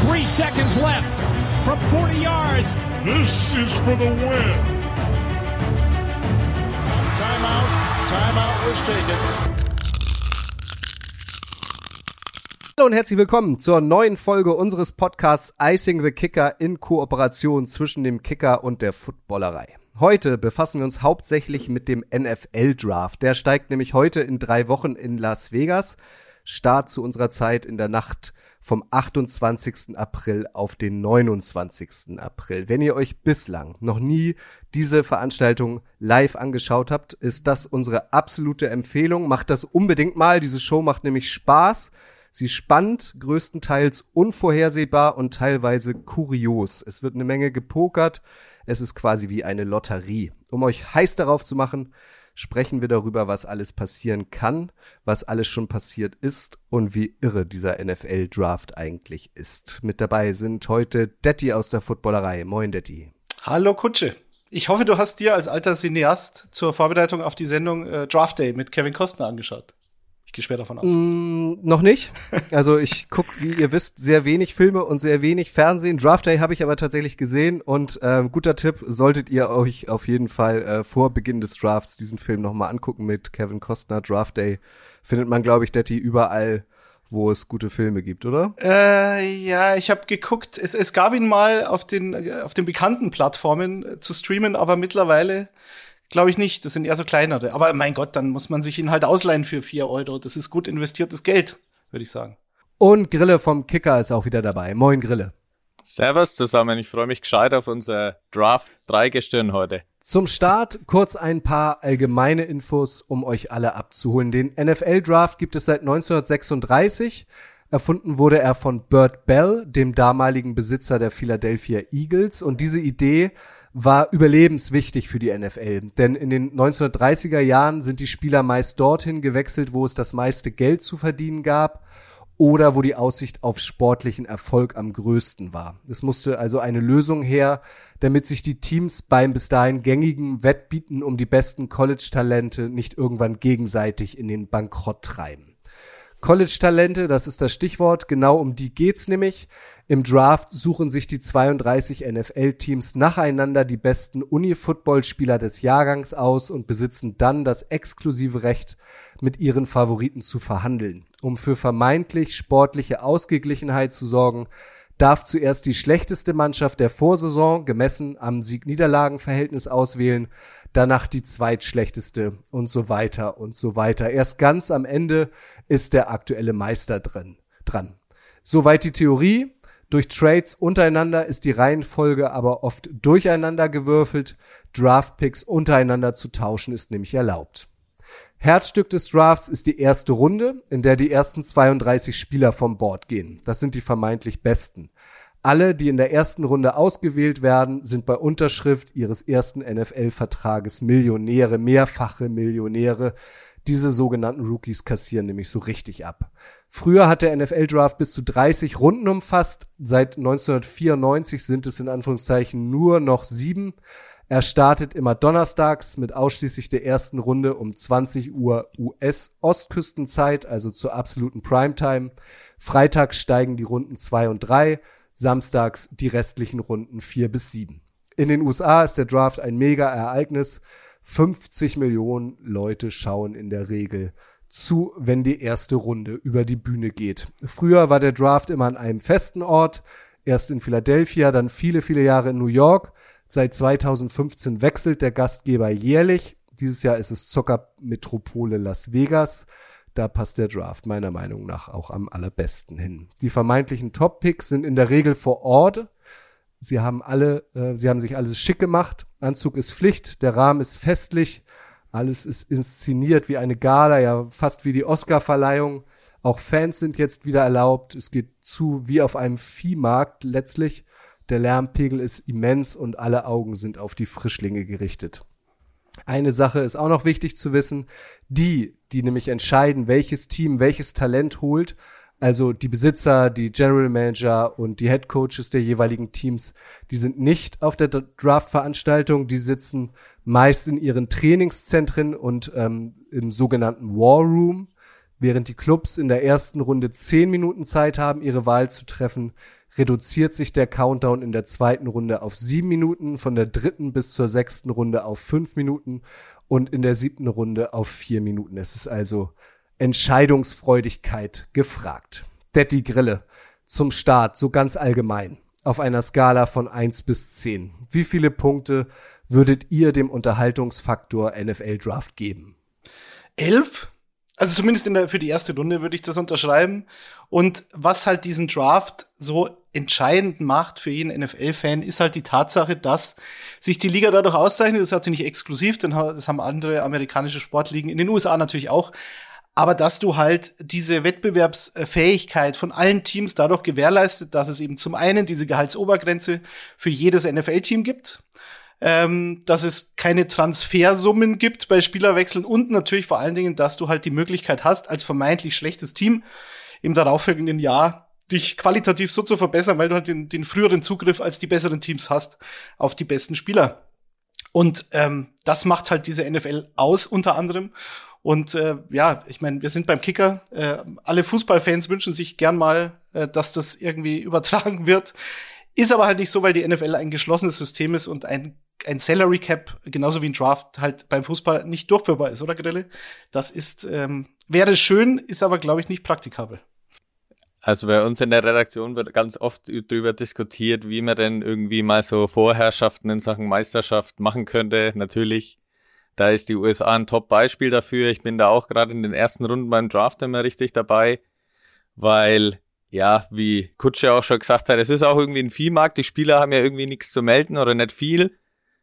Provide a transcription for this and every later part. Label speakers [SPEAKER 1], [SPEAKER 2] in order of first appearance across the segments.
[SPEAKER 1] 3 seconds left from 40 yards.
[SPEAKER 2] This is for the win.
[SPEAKER 3] Timeout was taken.
[SPEAKER 4] Hallo und herzlich willkommen zur neuen Folge unseres Podcasts Icing the Kicker in Kooperation zwischen dem Kicker und der Footballerei. Heute befassen wir uns hauptsächlich mit dem NFL-Draft. Der steigt nämlich heute in 3 Wochen in Las Vegas. Start zu unserer Zeit in der Nacht vom 28. April auf den 29. April. Wenn ihr euch bislang noch nie diese Veranstaltung live angeschaut habt, ist das unsere absolute Empfehlung. Macht das unbedingt mal. Diese Show macht nämlich Spaß. Sie ist spannend, größtenteils unvorhersehbar und teilweise kurios. Es wird eine Menge gepokert. Es ist quasi wie eine Lotterie. Um euch heiß darauf zu machen, sprechen wir darüber, was alles passieren kann, was alles schon passiert ist und wie irre dieser NFL-Draft eigentlich ist. Mit dabei sind heute Detti aus der Footballerei. Moin, Detti.
[SPEAKER 5] Hallo Kutsche. Ich hoffe, du hast dir als alter Cineast zur Vorbereitung auf die Sendung Draft Day mit Kevin Costner angeschaut. Ich gehe schwer davon aus.
[SPEAKER 4] Noch nicht. Also ich gucke, wie ihr wisst, sehr wenig Filme und sehr wenig Fernsehen. Draft Day habe ich aber tatsächlich gesehen und guter Tipp, solltet ihr euch auf jeden Fall vor Beginn des Drafts diesen Film nochmal angucken mit Kevin Costner. Draft Day findet man, glaube ich, Detti, überall, wo es gute Filme gibt, oder?
[SPEAKER 5] Ja, ich habe geguckt. Es gab ihn mal auf den bekannten Plattformen zu streamen, aber mittlerweile glaube ich nicht, das sind eher so kleinere. Aber mein Gott, dann muss man sich ihn halt ausleihen für 4 Euro. Das ist gut investiertes Geld, würde ich sagen.
[SPEAKER 4] Und Grille vom Kicker ist auch wieder dabei. Moin, Grille.
[SPEAKER 6] Servus zusammen, ich freue mich gescheit auf unser Draft-3-Gestirn heute.
[SPEAKER 4] Zum Start kurz ein paar allgemeine Infos, um euch alle abzuholen. Den NFL-Draft gibt es seit 1936. Erfunden wurde er von Bert Bell, dem damaligen Besitzer der Philadelphia Eagles. Und diese Idee war überlebenswichtig für die NFL. Denn in den 1930er Jahren sind die Spieler meist dorthin gewechselt, wo es das meiste Geld zu verdienen gab oder wo die Aussicht auf sportlichen Erfolg am größten war. Es musste also eine Lösung her, damit sich die Teams beim bis dahin gängigen Wettbieten um die besten College-Talente nicht irgendwann gegenseitig in den Bankrott treiben. College-Talente, das ist das Stichwort, genau um die geht's nämlich. Im Draft suchen sich die 32 NFL-Teams nacheinander die besten Uni-Football-Spieler des Jahrgangs aus und besitzen dann das exklusive Recht, mit ihren Favoriten zu verhandeln. Um für vermeintlich sportliche Ausgeglichenheit zu sorgen, darf zuerst die schlechteste Mannschaft der Vorsaison, gemessen am Sieg-Niederlagen-Verhältnis, auswählen, danach die zweitschlechteste und so weiter und so weiter. Erst ganz am Ende ist der aktuelle Meister dran. Soweit die Theorie. Durch Trades untereinander ist die Reihenfolge aber oft durcheinander gewürfelt. Draftpicks untereinander zu tauschen ist nämlich erlaubt. Herzstück des Drafts ist die erste Runde, in der die ersten 32 Spieler vom Board gehen. Das sind die vermeintlich Besten. Alle, die in der ersten Runde ausgewählt werden, sind bei Unterschrift ihres ersten NFL-Vertrages Millionäre, mehrfache Millionäre. Diese sogenannten Rookies kassieren nämlich so richtig ab. Früher hat der NFL-Draft bis zu 30 Runden umfasst. Seit 1994 sind es in Anführungszeichen nur noch 7. Er startet immer donnerstags mit ausschließlich der ersten Runde um 20 Uhr US-Ostküstenzeit, also zur absoluten Primetime. Freitags steigen die Runden 2 und 3, samstags die restlichen Runden 4 bis 7. In den USA ist der Draft ein Mega-Ereignis. 50 Millionen Leute schauen in der Regel zu, wenn die erste Runde über die Bühne geht. Früher war der Draft immer an einem festen Ort, erst in Philadelphia, dann viele, viele Jahre in New York. Seit 2015 wechselt der Gastgeber jährlich. Dieses Jahr ist es Zockermetropole Las Vegas. Da passt der Draft meiner Meinung nach auch am allerbesten hin. Die vermeintlichen Top-Picks sind in der Regel vor Ort. Sie haben sich alles schick gemacht. Anzug ist Pflicht, der Rahmen ist festlich, alles ist inszeniert wie eine Gala, ja fast wie die Oscar-Verleihung. Auch Fans sind jetzt wieder erlaubt. Es geht zu wie auf einem Viehmarkt letztlich. Der Lärmpegel ist immens und alle Augen sind auf die Frischlinge gerichtet. Eine Sache ist auch noch wichtig zu wissen. Die nämlich entscheiden, welches Team welches Talent holt, also die Besitzer, die General Manager und die Head Coaches der jeweiligen Teams, die sind nicht auf der Draft-Veranstaltung, die sitzen meist in ihren Trainingszentren und im sogenannten War Room, während die Clubs in der ersten Runde 10 Minuten Zeit haben, ihre Wahl zu treffen, reduziert sich der Countdown in der 2. Runde auf 7 Minuten, von der 3. bis zur 6. Runde auf 5 Minuten und in der 7. Runde auf 4 Minuten. Es ist also Entscheidungsfreudigkeit gefragt. Detti Grille, zum Start, so ganz allgemein, auf einer Skala von 1 bis 10. Wie viele Punkte würdet ihr dem Unterhaltungsfaktor NFL Draft geben?
[SPEAKER 5] 11? Also zumindest für die erste Runde würde ich das unterschreiben. Und was halt diesen Draft so entscheidend macht für jeden NFL-Fan, ist halt die Tatsache, dass sich die Liga dadurch auszeichnet. Das hat sie nicht exklusiv, denn das haben andere amerikanische Sportligen, in den USA natürlich auch. Aber dass du halt diese Wettbewerbsfähigkeit von allen Teams dadurch gewährleistet, dass es eben zum einen diese Gehaltsobergrenze für jedes NFL-Team gibt, dass es keine Transfersummen gibt bei Spielerwechseln und natürlich vor allen Dingen, dass du halt die Möglichkeit hast, als vermeintlich schlechtes Team im darauffolgenden Jahr dich qualitativ so zu verbessern, weil du halt den früheren Zugriff als die besseren Teams hast auf die besten Spieler. Und das macht halt diese NFL aus, unter anderem. Und ich meine, wir sind beim Kicker. Alle Fußballfans wünschen sich gern mal, dass das irgendwie übertragen wird. Ist aber halt nicht so, weil die NFL ein geschlossenes System ist und ein Salary Cap, genauso wie ein Draft, halt beim Fußball nicht durchführbar ist, oder Grille? Das ist, wäre schön, ist aber, glaube ich, nicht praktikabel.
[SPEAKER 6] Also bei uns in der Redaktion wird ganz oft darüber diskutiert, wie man denn irgendwie mal so Vorherrschaften in Sachen Meisterschaft machen könnte. Natürlich, da ist die USA ein Top-Beispiel dafür. Ich bin da auch gerade in den ersten Runden beim Draft immer richtig dabei, weil, ja, wie Kutsche auch schon gesagt hat, es ist auch irgendwie ein Viehmarkt. Die Spieler haben ja irgendwie nichts zu melden oder nicht viel.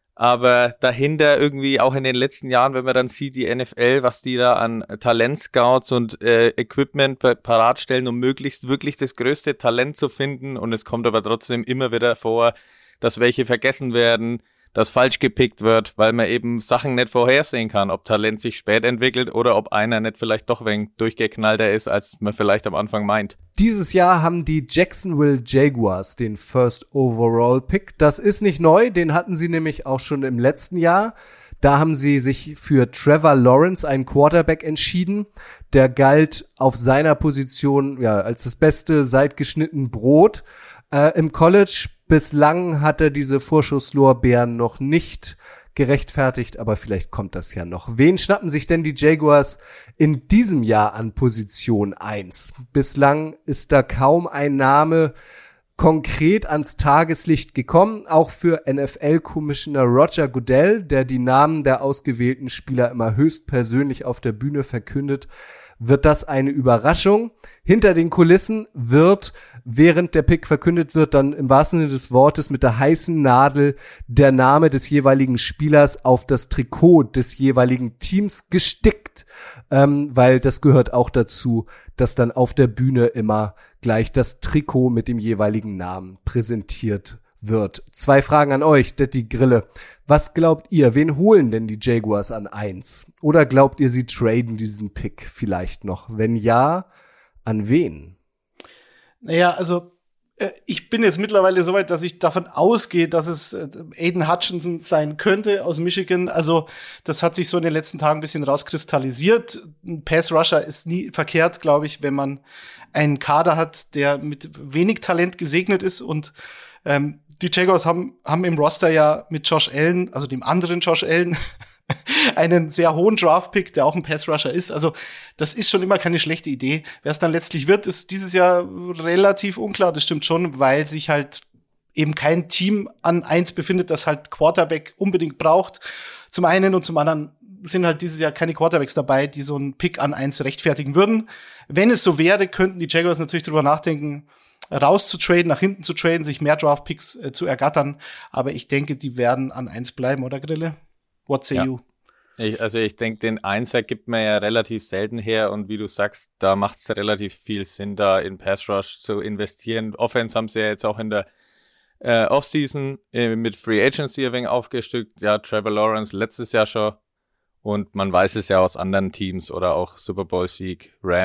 [SPEAKER 6] Aber dahinter irgendwie auch in den letzten Jahren, wenn man dann sieht, die NFL, was die da an Talentscouts und Equipment parat stellen, um möglichst wirklich das größte Talent zu finden. Und es kommt aber trotzdem immer wieder vor, dass welche vergessen werden, dass falsch gepickt wird, weil man eben Sachen nicht vorhersehen kann, ob Talent sich spät entwickelt oder ob einer nicht vielleicht doch ein wenig durchgeknallter ist, als man vielleicht am Anfang meint.
[SPEAKER 4] Dieses Jahr haben die Jacksonville Jaguars den First Overall Pick. Das ist nicht neu, den hatten sie nämlich auch schon im letzten Jahr. Da haben sie sich für Trevor Lawrence, einen Quarterback, entschieden. Der galt auf seiner Position als das Beste seit geschnitten Brot im College. Bislang hat er diese Vorschusslorbeeren noch nicht gerechtfertigt, aber vielleicht kommt das ja noch. Wen schnappen sich denn die Jaguars in diesem Jahr an Position 1? Bislang ist da kaum ein Name konkret ans Tageslicht gekommen, auch für NFL-Commissioner Roger Goodell, der die Namen der ausgewählten Spieler immer höchstpersönlich auf der Bühne verkündet, wird das eine Überraschung. Hinter den Kulissen wird, während der Pick verkündet wird, dann im wahrsten Sinne des Wortes mit der heißen Nadel der Name des jeweiligen Spielers auf das Trikot des jeweiligen Teams gestickt, weil das gehört auch dazu, dass dann auf der Bühne immer gleich das Trikot mit dem jeweiligen Namen präsentiert wird. 2 Fragen an euch, Detti Grille. Was glaubt ihr, wen holen denn die Jaguars an 1? Oder glaubt ihr, sie traden diesen Pick vielleicht noch? Wenn ja, an wen?
[SPEAKER 5] Naja, also ich bin jetzt mittlerweile so weit, dass ich davon ausgehe, dass es Aiden Hutchinson sein könnte aus Michigan. Also das hat sich so in den letzten Tagen ein bisschen rauskristallisiert. Ein Pass-Rusher ist nie verkehrt, glaube ich, wenn man einen Kader hat, der mit wenig Talent gesegnet ist. Und die Jaguars haben im Roster ja mit Josh Allen, also dem anderen Josh Allen, einen sehr hohen Draft-Pick, der auch ein Pass-Rusher ist. Also das ist schon immer keine schlechte Idee. Wer es dann letztlich wird, ist dieses Jahr relativ unklar. Das stimmt schon, weil sich halt eben kein Team an 1 befindet, das halt Quarterback unbedingt braucht. Zum einen und zum anderen sind halt dieses Jahr keine Quarterbacks dabei, die so einen Pick an 1 rechtfertigen würden. Wenn es so wäre, könnten die Jaguars natürlich drüber nachdenken, rauszutraden, nach hinten zu traden, sich mehr Draft-Picks zu ergattern. Aber ich denke, die werden an 1 bleiben, oder Grille? What say you?
[SPEAKER 6] Ich denke, den 1er gibt man ja relativ selten her und wie du sagst, da macht es relativ viel Sinn, da in Pass Rush zu investieren. Offense haben sie ja jetzt auch in der Offseason mit Free Agency ein wenig aufgestückt. Ja, Trevor Lawrence letztes Jahr schon und man weiß es ja aus anderen Teams oder auch Super Bowl-Sieger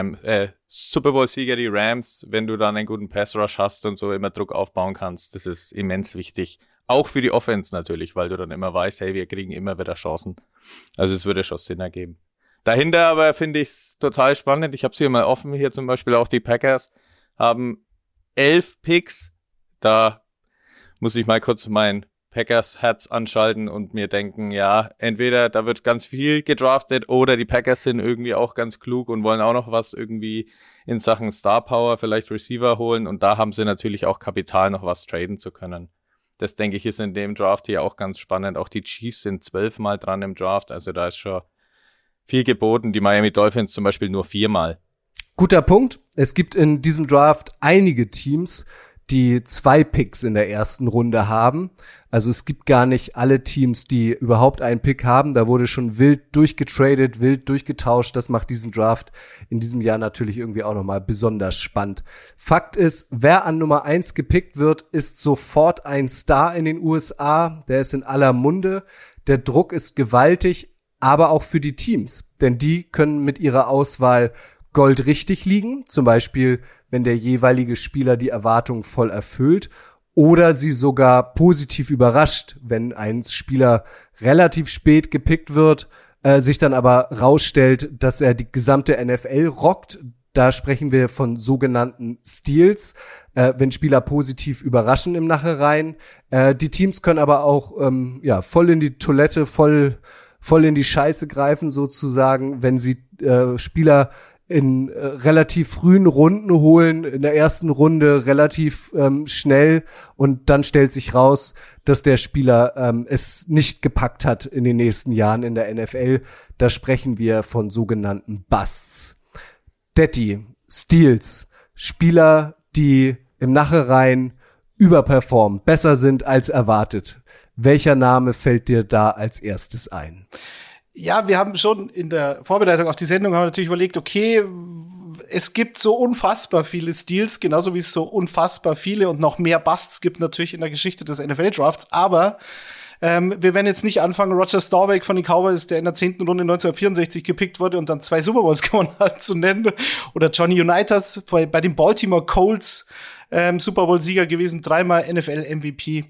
[SPEAKER 6] die Rams, wenn du dann einen guten Pass Rush hast und so immer Druck aufbauen kannst, das ist immens wichtig. Auch für die Offense natürlich, weil du dann immer weißt, hey, wir kriegen immer wieder Chancen. Also es würde schon Sinn ergeben. Dahinter aber finde ich es total spannend. Ich habe es hier mal offen. Hier zum Beispiel auch die Packers haben 11 Picks da muss ich mal kurz mein Packers-Herz anschalten und mir denken, ja, entweder da wird ganz viel gedraftet oder die Packers sind irgendwie auch ganz klug und wollen auch noch was irgendwie in Sachen Star Power, vielleicht Receiver holen, und da haben sie natürlich auch Kapital, noch was traden zu können. Das, denke ich, ist in dem Draft hier auch ganz spannend. Auch die Chiefs sind 12-mal dran im Draft, also da ist schon viel geboten. Die Miami Dolphins zum Beispiel nur 4-mal.
[SPEAKER 4] Guter Punkt. Es gibt in diesem Draft einige Teams, die 2 Picks in der ersten Runde haben. Also es gibt gar nicht alle Teams, die überhaupt einen Pick haben. Da wurde schon wild durchgetradet, wild durchgetauscht. Das macht diesen Draft in diesem Jahr natürlich irgendwie auch nochmal besonders spannend. Fakt ist, wer an Nummer 1 gepickt wird, ist sofort ein Star in den USA. Der ist in aller Munde. Der Druck ist gewaltig, aber auch für die Teams. Denn die können mit ihrer Auswahl goldrichtig liegen. Zum Beispiel, wenn der jeweilige Spieler die Erwartung voll erfüllt, oder sie sogar positiv überrascht, wenn ein Spieler relativ spät gepickt wird, sich dann aber rausstellt, dass er die gesamte NFL rockt. Da sprechen wir von sogenannten Steals, wenn Spieler positiv überraschen im Nachhinein. Die Teams können aber auch voll in die Toilette, voll in die Scheiße greifen sozusagen, wenn sie Spieler in relativ frühen Runden holen, in der ersten Runde relativ schnell, und dann stellt sich raus, dass der Spieler es nicht gepackt hat in den nächsten Jahren in der NFL. Da sprechen wir von sogenannten Busts. Detti, Steals, Spieler, die im Nachhinein überperformen, besser sind als erwartet. Welcher Name fällt dir da als erstes ein?
[SPEAKER 5] Ja, wir haben schon in der Vorbereitung auf die Sendung haben wir natürlich überlegt, okay, es gibt so unfassbar viele Steals, genauso wie es so unfassbar viele und noch mehr Busts gibt natürlich in der Geschichte des NFL-Drafts, aber wir werden jetzt nicht anfangen, Roger Staubach von den Cowboys, der in der 10. Runde 1964 gepickt wurde und dann 2 Super Bowls gewonnen hat, zu nennen, oder Johnny Unitas bei den Baltimore Colts, Super Bowl-Sieger gewesen, 3-mal NFL-MVP,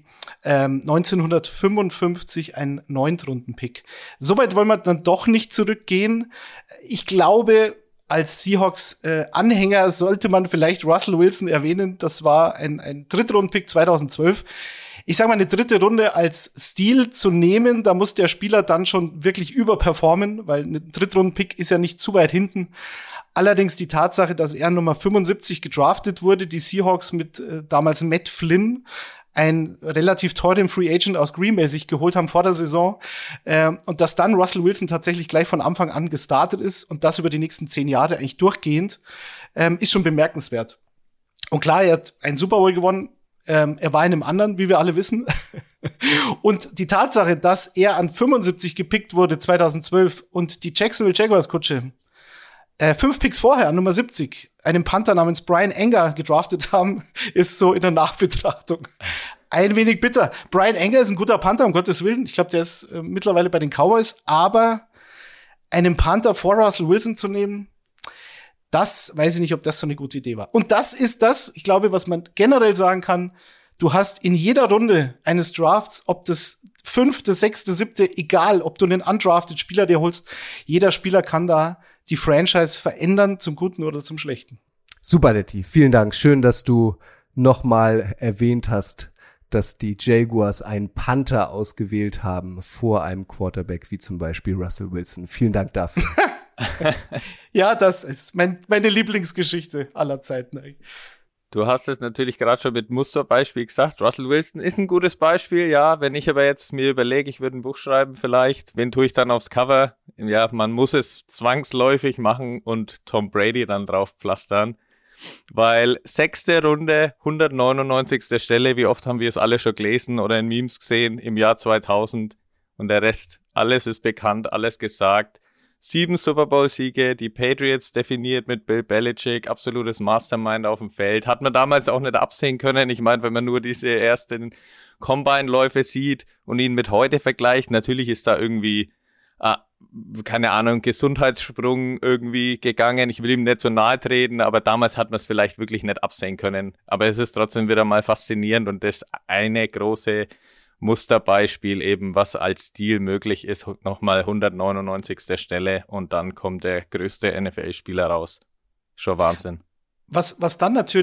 [SPEAKER 5] 1955 ein 9-Runden-Pick. Soweit wollen wir dann doch nicht zurückgehen. Ich glaube, als Seahawks-Anhänger sollte man vielleicht Russell Wilson erwähnen. Das war ein Drittrunden-Pick 2012. Ich sage mal, eine 3. Runde als Stil zu nehmen, da muss der Spieler dann schon wirklich überperformen, weil ein Drittrunden-Pick ist ja nicht zu weit hinten. Allerdings die Tatsache, dass er Nummer 75 gedraftet wurde, die Seahawks mit damals Matt Flynn, ein relativ teuren Free Agent aus Green Bay, sich geholt haben vor der Saison, und dass dann Russell Wilson tatsächlich gleich von Anfang an gestartet ist und das über die nächsten 10 Jahre eigentlich durchgehend, ist schon bemerkenswert. Und klar, er hat einen Super Bowl gewonnen, er war in einem anderen, wie wir alle wissen. Und die Tatsache, dass er an 75 gepickt wurde 2012 und die Jacksonville Jaguars Kutsche 5 Picks vorher, Nummer 70, einen Panther namens Brian Anger gedraftet haben, ist so in der Nachbetrachtung ein wenig bitter. Brian Anger ist ein guter Panther, um Gottes Willen. Ich glaube, der ist mittlerweile bei den Cowboys. Aber einen Panther vor Russell Wilson zu nehmen, das weiß ich nicht, ob das so eine gute Idee war. Und das ist das, ich glaube, was man generell sagen kann. Du hast in jeder Runde eines Drafts, ob das 5., 6., 7., egal, ob du einen undrafted Spieler dir holst, jeder Spieler kann da die Franchise verändern, zum Guten oder zum Schlechten.
[SPEAKER 4] Super, Detti. Vielen Dank. Schön, dass du nochmal erwähnt hast, dass die Jaguars einen Panther ausgewählt haben vor einem Quarterback, wie zum Beispiel Russell Wilson. Vielen Dank dafür.
[SPEAKER 5] Ja, das ist meine Lieblingsgeschichte aller Zeiten eigentlich.
[SPEAKER 6] Du hast es natürlich gerade schon mit Musterbeispiel gesagt. Russell Wilson ist ein gutes Beispiel, ja. Wenn ich aber jetzt mir überlege, ich würde ein Buch schreiben vielleicht, wen tue ich dann aufs Cover? Ja, man muss es zwangsläufig machen und Tom Brady dann drauf pflastern. Weil 6. Runde, 199. Stelle, wie oft haben wir es alle schon gelesen oder in Memes gesehen im Jahr 2000 und der Rest, alles ist bekannt, alles gesagt. 7 Super Bowl-Siege, die Patriots definiert mit Bill Belichick, absolutes Mastermind auf dem Feld. Hat man damals auch nicht absehen können. Ich meine, wenn man nur diese ersten Combine-Läufe sieht und ihn mit heute vergleicht, natürlich ist da irgendwie, keine Ahnung, Gesundheitssprung irgendwie gegangen. Ich will ihm nicht so nahe treten, aber damals hat man es vielleicht wirklich nicht absehen können. Aber es ist trotzdem wieder mal faszinierend und das eine große Musterbeispiel eben, was als Stil möglich ist, nochmal 199. Stelle und dann kommt der größte NFL-Spieler raus. Schon Wahnsinn.
[SPEAKER 5] Was dann natürlich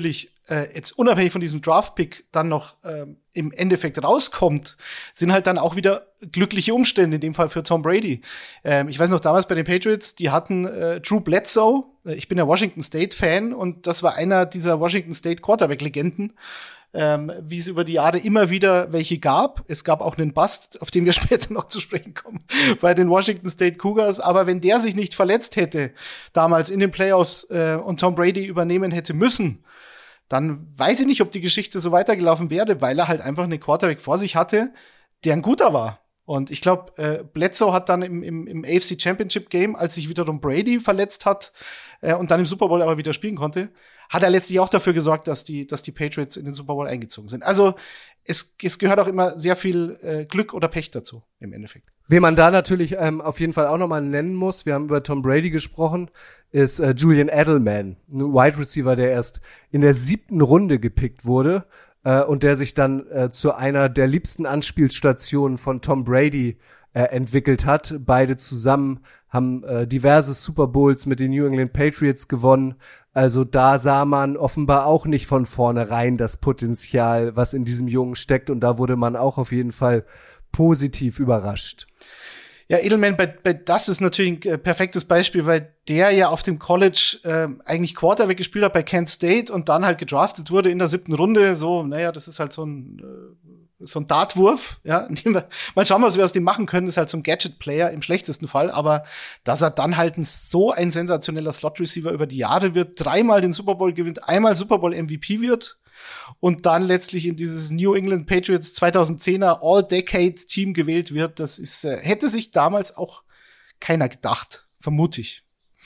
[SPEAKER 5] jetzt unabhängig von diesem Draft-Pick dann noch im Endeffekt rauskommt, sind halt dann auch wieder glückliche Umstände, in dem Fall für Tom Brady. Ich weiß noch, damals bei den Patriots, die hatten Drew Bledsoe. Ich bin ja Washington State-Fan und das war einer dieser Washington State Quarterback-Legenden, wie es über die Jahre immer wieder welche gab. Es gab auch einen Bust, auf den wir später noch zu sprechen kommen, bei den Washington State Cougars. Aber wenn der sich nicht verletzt hätte, damals in den Playoffs und Tom Brady übernehmen hätte müssen, dann weiß ich nicht, ob die Geschichte so weitergelaufen wäre, weil er halt einfach einen Quarterback vor sich hatte, der ein guter war. Und ich glaube, Bledsoe hat dann im AFC Championship Game, als sich wiederum Brady verletzt hat und dann im Super Bowl aber wieder spielen konnte, hat er letztlich auch dafür gesorgt, dass die Patriots in den Super Bowl eingezogen sind. Also es gehört auch immer sehr viel Glück oder Pech dazu im Endeffekt.
[SPEAKER 4] Wen man da natürlich auf jeden Fall auch nochmal nennen muss, wir haben über Tom Brady gesprochen, ist Julian Edelman, ein Wide Receiver, der erst in der 7. Runde gepickt wurde und der sich dann zu einer der liebsten Anspielstationen von Tom Brady entwickelt hat. Beide zusammen haben diverse Super Bowls mit den New England Patriots gewonnen. Also da sah man offenbar auch nicht von vornherein das Potenzial, was in diesem Jungen steckt. Und da wurde man auch auf jeden Fall positiv überrascht.
[SPEAKER 5] Ja, Edelman, bei das ist natürlich ein perfektes Beispiel, weil der ja auf dem College eigentlich Quarterback gespielt hat bei Kent State und dann halt gedraftet wurde in der 7. Runde. So, naja, das ist halt so ein Dartwurf, ja. Mal schauen, was wir aus dem machen können, ist halt so ein Gadget-Player im schlechtesten Fall, aber dass er dann halt so ein sensationeller Slot-Receiver über die Jahre wird, 3-mal den Super Bowl gewinnt, einmal Super Bowl MVP wird und dann letztlich in dieses New England Patriots 2010er All-Decade-Team gewählt wird, das ist, hätte sich damals auch keiner gedacht, vermute ich.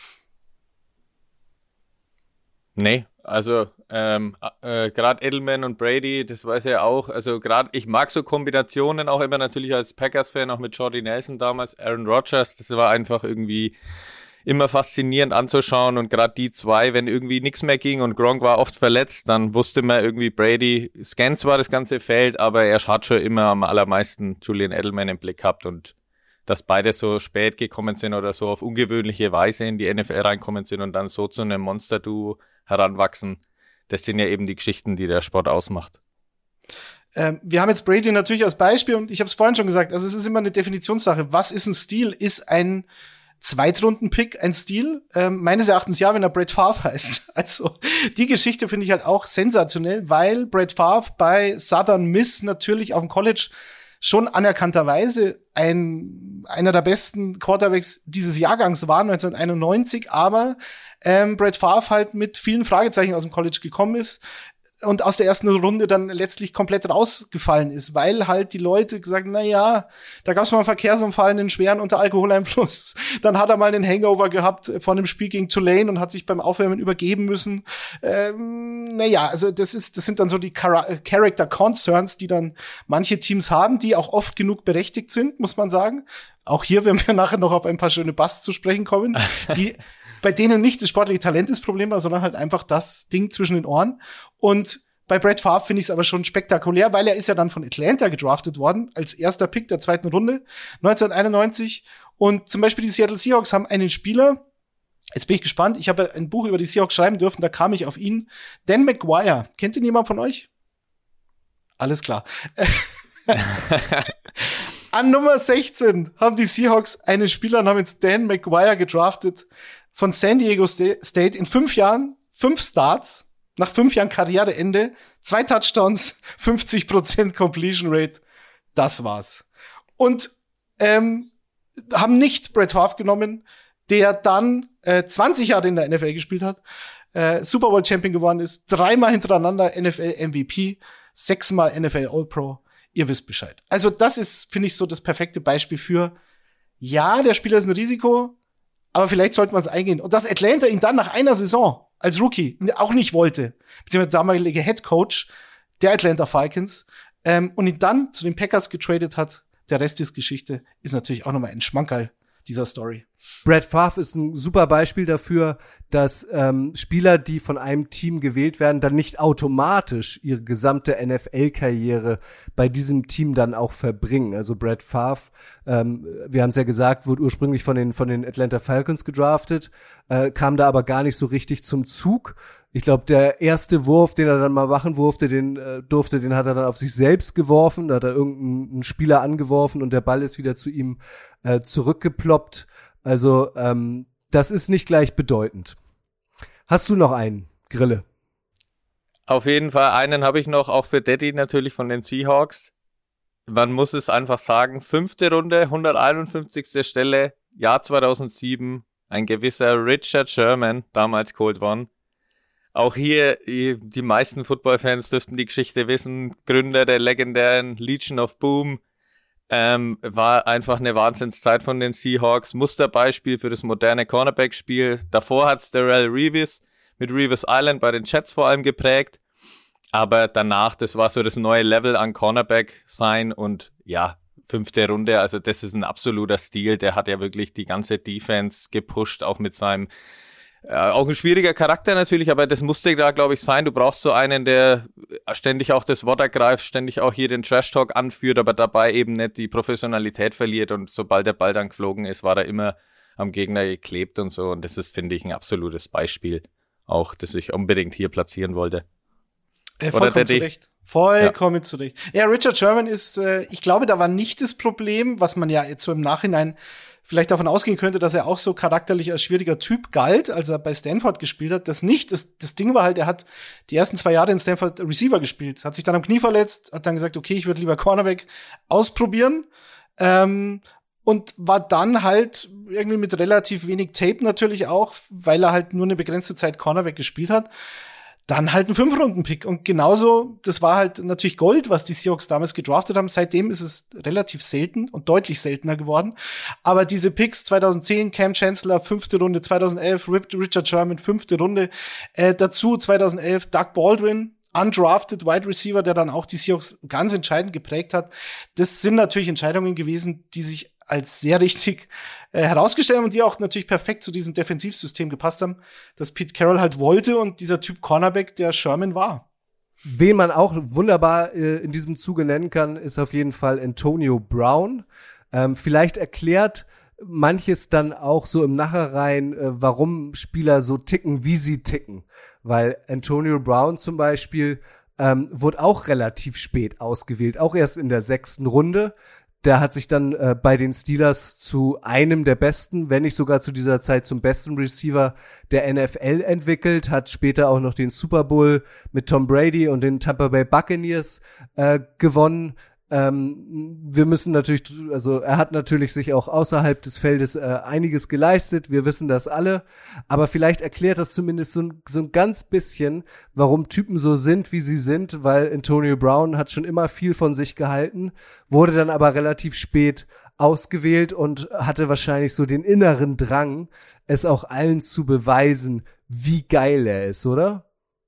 [SPEAKER 6] Nee, also gerade Edelman und Brady, das weiß er auch, also gerade ich mag so Kombinationen auch immer natürlich als Packers-Fan, auch mit Jordy Nelson damals, Aaron Rodgers, das war einfach irgendwie immer faszinierend anzuschauen und gerade die zwei, wenn irgendwie nichts mehr ging und Gronk war oft verletzt, dann wusste man irgendwie, Brady scannt zwar das ganze Feld, aber er hat schon immer am allermeisten Julian Edelman im Blick gehabt und dass beide so spät gekommen sind oder so auf ungewöhnliche Weise in die NFL reinkommen sind und dann so zu einem Monster-Duo heranwachsen, das sind ja eben die Geschichten, die der Sport ausmacht.
[SPEAKER 5] Wir haben jetzt Brady natürlich als Beispiel und ich habe es vorhin schon gesagt, also es ist immer eine Definitionssache. Was ist ein Stil? Ist ein Zweitrunden-Pick ein Stil? Meines Erachtens ja, wenn er Brett Favre heißt. Also die Geschichte finde ich halt auch sensationell, weil Brett Favre bei Southern Miss natürlich auf dem College schon anerkannterweise einer der besten Quarterbacks dieses Jahrgangs war, 1991, aber Brett Favre halt mit vielen Fragezeichen aus dem College gekommen ist und aus der ersten Runde dann letztlich komplett rausgefallen ist, weil halt die Leute gesagt, na ja, da gab es mal einen Verkehrsunfall, einen schweren unter Alkoholeinfluss, dann hat er mal einen Hangover gehabt von einem Spiel gegen Tulane und hat sich beim Aufwärmen übergeben müssen. Naja, also das sind dann so die Character Concerns, die dann manche Teams haben, die auch oft genug berechtigt sind, muss man sagen. Auch hier werden wir nachher noch auf ein paar schöne Busts zu sprechen kommen, die bei denen nicht das sportliche Talent das Problem war, sondern halt einfach das Ding zwischen den Ohren. Und bei Brett Favre finde ich es aber schon spektakulär, weil er ist ja dann von Atlanta gedraftet worden, als erster Pick der 2. Runde, 1991. Und zum Beispiel die Seattle Seahawks haben einen Spieler, jetzt bin ich gespannt, ich habe ein Buch über die Seahawks schreiben dürfen, da kam ich auf ihn, Dan McGuire. Kennt ihn jemand von euch? Alles klar. An Nummer 16 haben die Seahawks einen Spieler namens Dan McGuire gedraftet, von San Diego State in 5 Jahren, 5 Starts, nach 5 Jahren Karriereende, 2 Touchdowns, 50% Completion Rate. Das war's. Und haben nicht Brett Favre genommen, der dann 20 Jahre in der NFL gespielt hat, Super Bowl Champion geworden ist, 3-mal hintereinander NFL MVP, 6-mal NFL All-Pro. Ihr wisst Bescheid. Also das ist, finde ich, so das perfekte Beispiel für, ja, der Spieler ist ein Risiko, aber vielleicht sollte man es eingehen. Und dass Atlanta ihn dann nach einer Saison als Rookie auch nicht wollte, beziehungsweise der damalige Head Coach der Atlanta Falcons, und ihn dann zu den Packers getradet hat, der Rest ist Geschichte, ist natürlich auch nochmal ein Schmankerl dieser Story.
[SPEAKER 4] Brett Favre ist ein super Beispiel dafür, dass Spieler, die von einem Team gewählt werden, dann nicht automatisch ihre gesamte NFL-Karriere bei diesem Team dann auch verbringen. Also Brett Favre, wir haben es ja gesagt, wurde ursprünglich von den Atlanta Falcons gedraftet, kam da aber gar nicht so richtig zum Zug. Ich glaube, der erste Wurf, den er dann mal machen durfte, den hat er dann auf sich selbst geworfen. Da hat er irgendeinen Spieler angeworfen und der Ball ist wieder zu ihm zurückgeploppt. Also das ist nicht gleichbedeutend. Hast du noch einen, Grille?
[SPEAKER 6] Auf jeden Fall, einen habe ich noch, auch für Daddy natürlich von den Seahawks. Man muss es einfach sagen, 5. Runde, 151. Stelle, Jahr 2007, ein gewisser Richard Sherman, damals Colt One. Auch hier, die meisten Football-Fans dürften die Geschichte wissen, Gründer der legendären Legion of Boom, war einfach eine Wahnsinnszeit von den Seahawks, Musterbeispiel für das moderne Cornerback-Spiel. Davor hat's Darrelle Revis mit Revis Island bei den Jets vor allem geprägt, aber danach, das war so das neue Level an Cornerback sein und ja, 5. Runde, also das ist ein absoluter Stil, der hat ja wirklich die ganze Defense gepusht, auch mit seinem auch ein schwieriger Charakter natürlich, aber das musste da, glaube ich, sein. Du brauchst so einen, der ständig auch das Wort ergreift, ständig auch hier den Trash-Talk anführt, aber dabei eben nicht die Professionalität verliert und sobald der Ball dann geflogen ist, war er immer am Gegner geklebt und so und das ist, finde ich, ein absolutes Beispiel auch, das ich unbedingt hier platzieren wollte.
[SPEAKER 5] Vollkommen zurecht. Vollkommen zurecht. Ja, Richard Sherman ist, ich glaube, da war nicht das Problem, was man ja jetzt so im Nachhinein vielleicht davon ausgehen könnte, dass er auch so charakterlich als schwieriger Typ galt, als er bei Stanford gespielt hat. Das nicht. Das Ding war halt, er hat die ersten 2 Jahre in Stanford Receiver gespielt, hat sich dann am Knie verletzt, hat dann gesagt, okay, ich würde lieber Cornerback ausprobieren. Und war dann halt irgendwie mit relativ wenig Tape natürlich auch, weil er halt nur eine begrenzte Zeit Cornerback gespielt hat, dann halt ein 5-Runden-Pick. Und genauso, das war halt natürlich Gold, was die Seahawks damals gedraftet haben. Seitdem ist es relativ selten und deutlich seltener geworden. Aber diese Picks 2010, Cam Chancellor, 5. Runde, 2011, Richard Sherman, 5. Runde. Dazu 2011 Doug Baldwin, undrafted Wide Receiver, der dann auch die Seahawks ganz entscheidend geprägt hat. Das sind natürlich Entscheidungen gewesen, die sich als sehr richtig herausgestellt haben und die auch natürlich perfekt zu diesem Defensivsystem gepasst haben, das Pete Carroll halt wollte und dieser Typ Cornerback, der Sherman war.
[SPEAKER 4] Wen man auch wunderbar in diesem Zuge nennen kann, ist auf jeden Fall Antonio Brown. Vielleicht erklärt manches dann auch so im Nachhinein, warum Spieler so ticken, wie sie ticken. Weil Antonio Brown zum Beispiel wurde auch relativ spät ausgewählt, auch erst in der 6. Runde. Der hat sich dann bei den Steelers zu einem der besten, wenn nicht sogar zu dieser Zeit zum besten Receiver der NFL entwickelt, hat später auch noch den Super Bowl mit Tom Brady und den Tampa Bay Buccaneers gewonnen. Wir müssen natürlich, also er hat natürlich sich auch außerhalb des Feldes einiges geleistet, wir wissen das alle, aber vielleicht erklärt das zumindest so ein ganz bisschen, warum Typen so sind, wie sie sind, weil Antonio Brown hat schon immer viel von sich gehalten, wurde dann aber relativ spät ausgewählt und hatte wahrscheinlich so den inneren Drang, es auch allen zu beweisen, wie geil er ist, oder?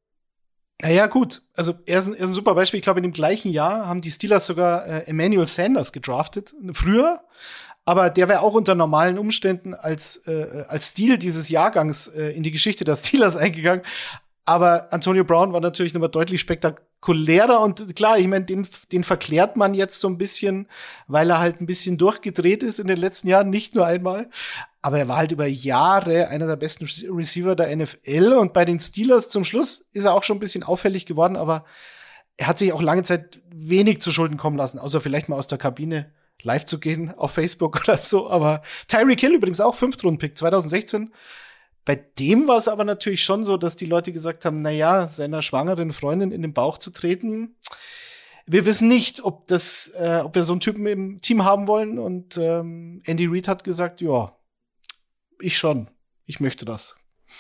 [SPEAKER 5] Ja, gut. Also er ist ein super Beispiel. Ich glaube, in dem gleichen Jahr haben die Steelers sogar Emmanuel Sanders gedraftet, früher. Aber der wäre auch unter normalen Umständen als Stil dieses Jahrgangs in die Geschichte der Steelers eingegangen. Aber Antonio Brown war natürlich nochmal deutlich spektakulärer. Und klar, ich meine, den verklärt man jetzt so ein bisschen, weil er halt ein bisschen durchgedreht ist in den letzten Jahren, nicht nur einmal. Aber er war halt über Jahre einer der besten Receiver der NFL. Und bei den Steelers zum Schluss ist er auch schon ein bisschen auffällig geworden. Aber er hat sich auch lange Zeit wenig zu Schulden kommen lassen, außer vielleicht mal aus der Kabine live zu gehen auf Facebook oder so. Aber Tyreek Hill übrigens auch 5-Runden-Pick 2016. Bei dem war es aber natürlich schon so, dass die Leute gesagt haben, na ja, seiner schwangeren Freundin in den Bauch zu treten. Wir wissen nicht, ob wir so einen Typen im Team haben wollen. Und Andy Reid hat gesagt, ja, ich schon. Ich möchte das.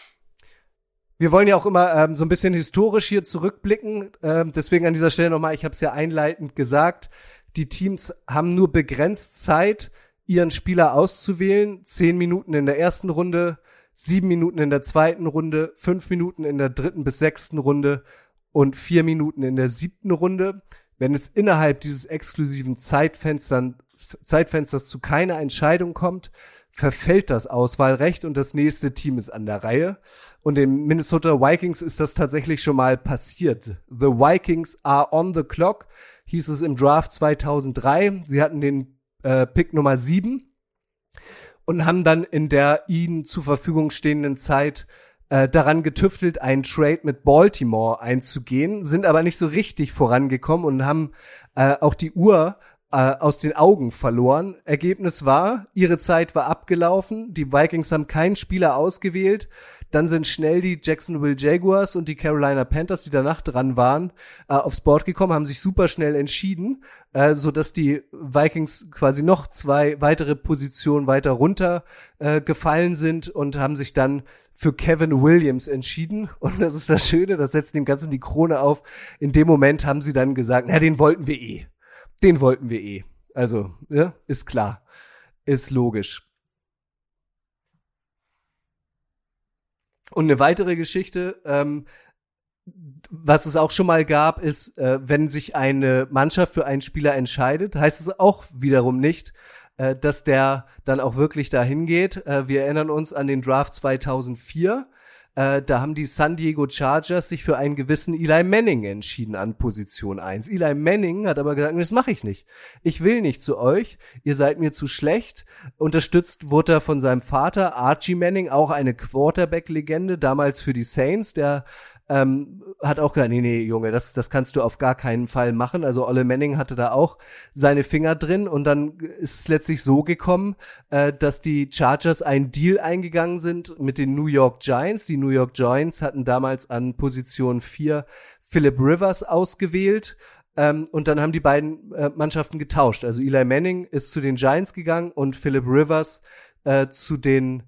[SPEAKER 4] Wir wollen ja auch immer so ein bisschen historisch hier zurückblicken. Deswegen an dieser Stelle nochmal, ich habe es ja einleitend gesagt, die Teams haben nur begrenzt Zeit, ihren Spieler auszuwählen. 10 Minuten in der ersten Runde, 7 Minuten in der zweiten Runde, 5 Minuten in der 3. bis 6. Runde und 4 Minuten in der 7. Runde. Wenn es innerhalb dieses exklusiven Zeitfensters zu keiner Entscheidung kommt, verfällt das Auswahlrecht und das nächste Team ist an der Reihe. Und den Minnesota Vikings ist das tatsächlich schon mal passiert. The Vikings are on the clock, hieß es im Draft 2003. Sie hatten den Pick Nummer 7 und haben dann in der ihnen zur Verfügung stehenden Zeit daran getüftelt, einen Trade mit Baltimore einzugehen, sind aber nicht so richtig vorangekommen und haben auch die Uhr aus den Augen verloren. Ergebnis war, ihre Zeit war abgelaufen, die Vikings haben keinen Spieler ausgewählt, dann sind schnell die Jacksonville Jaguars und die Carolina Panthers, die danach dran waren, aufs Board gekommen, haben sich super schnell entschieden, so dass die Vikings quasi noch 2 weitere Positionen weiter runter gefallen sind und haben sich dann für Kevin Williams entschieden. Und das ist das Schöne, das setzt dem Ganzen die Krone auf. In dem Moment haben sie dann gesagt, na, den wollten wir eh. Den wollten wir eh. Also, ja, ist klar. Ist logisch. Und eine weitere Geschichte, was es auch schon mal gab, ist, wenn sich eine Mannschaft für einen Spieler entscheidet, heißt es auch wiederum nicht, dass der dann auch wirklich dahin geht. Wir erinnern uns an den Draft 2004. Da haben die San Diego Chargers sich für einen gewissen Eli Manning entschieden an Position 1. Eli Manning hat aber gesagt, das mache ich nicht. Ich will nicht zu euch. Ihr seid mir zu schlecht. Unterstützt wurde er von seinem Vater, Archie Manning, auch eine Quarterback-Legende, damals für die Saints, der hat auch gesagt, nee, Junge, das kannst du auf gar keinen Fall machen. Also Ole Manning hatte da auch seine Finger drin und dann ist es letztlich so gekommen, dass die Chargers einen Deal eingegangen sind mit den New York Giants. Die New York Giants hatten damals an Position 4 Philip Rivers ausgewählt. Und dann haben die beiden Mannschaften getauscht. Also Eli Manning ist zu den Giants gegangen und Philip Rivers zu den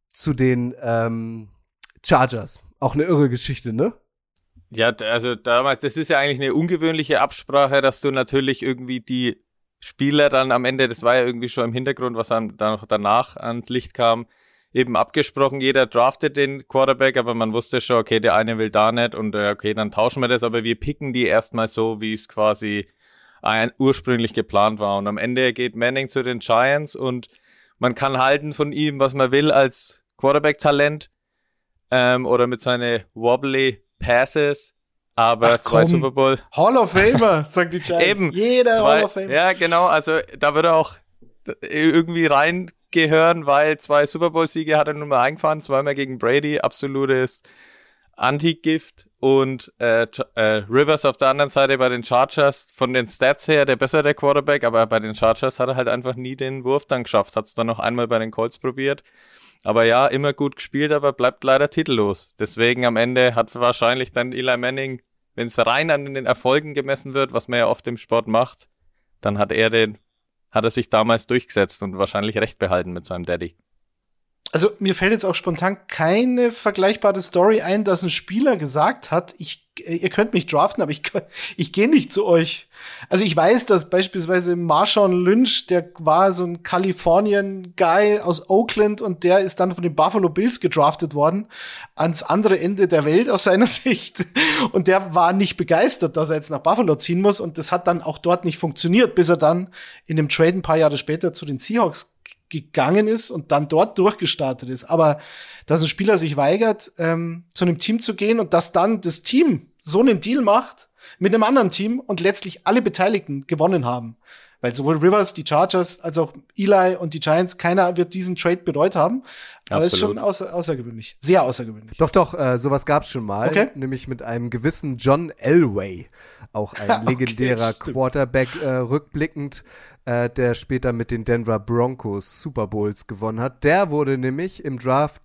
[SPEAKER 4] Chargers. Auch eine irre Geschichte, ne?
[SPEAKER 6] Ja, also damals, das ist ja eigentlich eine ungewöhnliche Absprache, dass du natürlich irgendwie die Spieler dann am Ende, das war ja irgendwie schon im Hintergrund, was dann noch danach ans Licht kam, eben abgesprochen, jeder draftet den Quarterback, aber man wusste schon, okay, der eine will da nicht und okay, dann tauschen wir das, aber wir picken die erstmal so, wie es quasi ursprünglich geplant war. Und am Ende geht Manning zu den Giants und man kann halten von ihm, was man will als Quarterback-Talent, oder mit seinen wobbly Passes, aber zwei Super Bowl.
[SPEAKER 5] Hall of Famer, sagt die Giants.
[SPEAKER 6] Eben.
[SPEAKER 5] Jeder Hall of Famer.
[SPEAKER 6] Ja, genau, also da würde er auch irgendwie reingehören, weil 2 Super Bowl-Siege hat er nun mal eingefahren, 2-mal gegen Brady, absolutes Anti-Gift und Rivers auf der anderen Seite bei den Chargers, von den Stats her der bessere Quarterback, aber bei den Chargers hat er halt einfach nie den Wurf dann geschafft, hat es dann noch einmal bei den Colts probiert. Aber ja, immer gut gespielt, aber bleibt leider titellos. Deswegen am Ende hat wahrscheinlich dann Eli Manning, wenn es rein an den Erfolgen gemessen wird, was man ja oft im Sport macht, dann hat er sich damals durchgesetzt und wahrscheinlich recht behalten mit seinem Daddy.
[SPEAKER 5] Also mir fällt jetzt auch spontan keine vergleichbare Story ein, dass ein Spieler gesagt hat, ihr könnt mich draften, aber ich gehe nicht zu euch. Also ich weiß, dass beispielsweise Marshawn Lynch, der war so ein Kalifornien-Guy aus Oakland und der ist dann von den Buffalo Bills gedraftet worden, ans andere Ende der Welt aus seiner Sicht. Und der war nicht begeistert, dass er jetzt nach Buffalo ziehen muss und das hat dann auch dort nicht funktioniert, bis er dann in dem Trade ein paar Jahre später zu den Seahawks gegangen ist und dann dort durchgestartet ist. Aber dass ein Spieler sich weigert, zu einem Team zu gehen und dass dann das Team so einen Deal macht mit einem anderen Team und letztlich alle Beteiligten gewonnen haben. Weil sowohl Rivers, die Chargers, als auch Eli und die Giants, keiner wird diesen Trade bereut haben. Aber es ist schon außergewöhnlich. Sehr außergewöhnlich.
[SPEAKER 4] Doch, sowas gab's schon mal. Okay. Nämlich mit einem gewissen John Elway. Auch ein legendärer Quarterback, rückblickend, der später mit den Denver Broncos Super Bowls gewonnen hat. Der wurde nämlich im Draft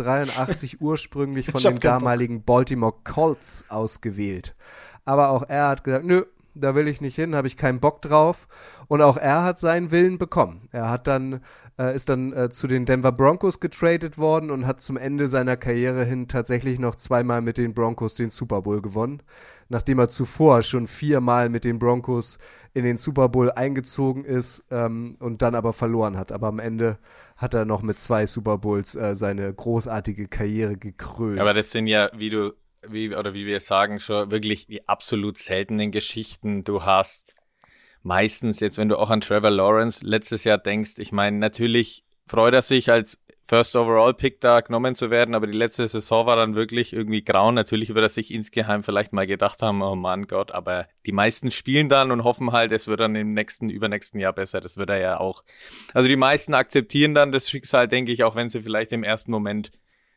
[SPEAKER 4] 1983 ursprünglich von den damaligen Baltimore Colts ausgewählt. Aber auch er hat gesagt, nö, da will ich nicht hin, habe ich keinen Bock drauf. Und auch er hat seinen Willen bekommen. Er hat dann ist dann zu den Denver Broncos getradet worden und hat zum Ende seiner Karriere hin tatsächlich noch 2-mal mit den Broncos den Super Bowl gewonnen. Nachdem er zuvor schon 4-mal mit den Broncos in den Super Bowl eingezogen ist und dann aber verloren hat. Aber am Ende hat er noch mit 2 Super Bowls seine großartige Karriere gekrönt.
[SPEAKER 6] Aber das sind ja, wie wir sagen, schon wirklich die absolut seltenen Geschichten. Du hast meistens jetzt, wenn du auch an Trevor Lawrence letztes Jahr denkst, ich meine, natürlich freut er sich als First Overall Pick da genommen zu werden, aber die letzte Saison war dann wirklich irgendwie grau. Natürlich wird er sich insgeheim vielleicht mal gedacht haben, oh Mann Gott, aber die meisten spielen dann und hoffen halt, es wird dann im übernächsten Jahr besser. Das wird er ja auch. Also die meisten akzeptieren dann das Schicksal, denke ich, auch wenn sie vielleicht im ersten Moment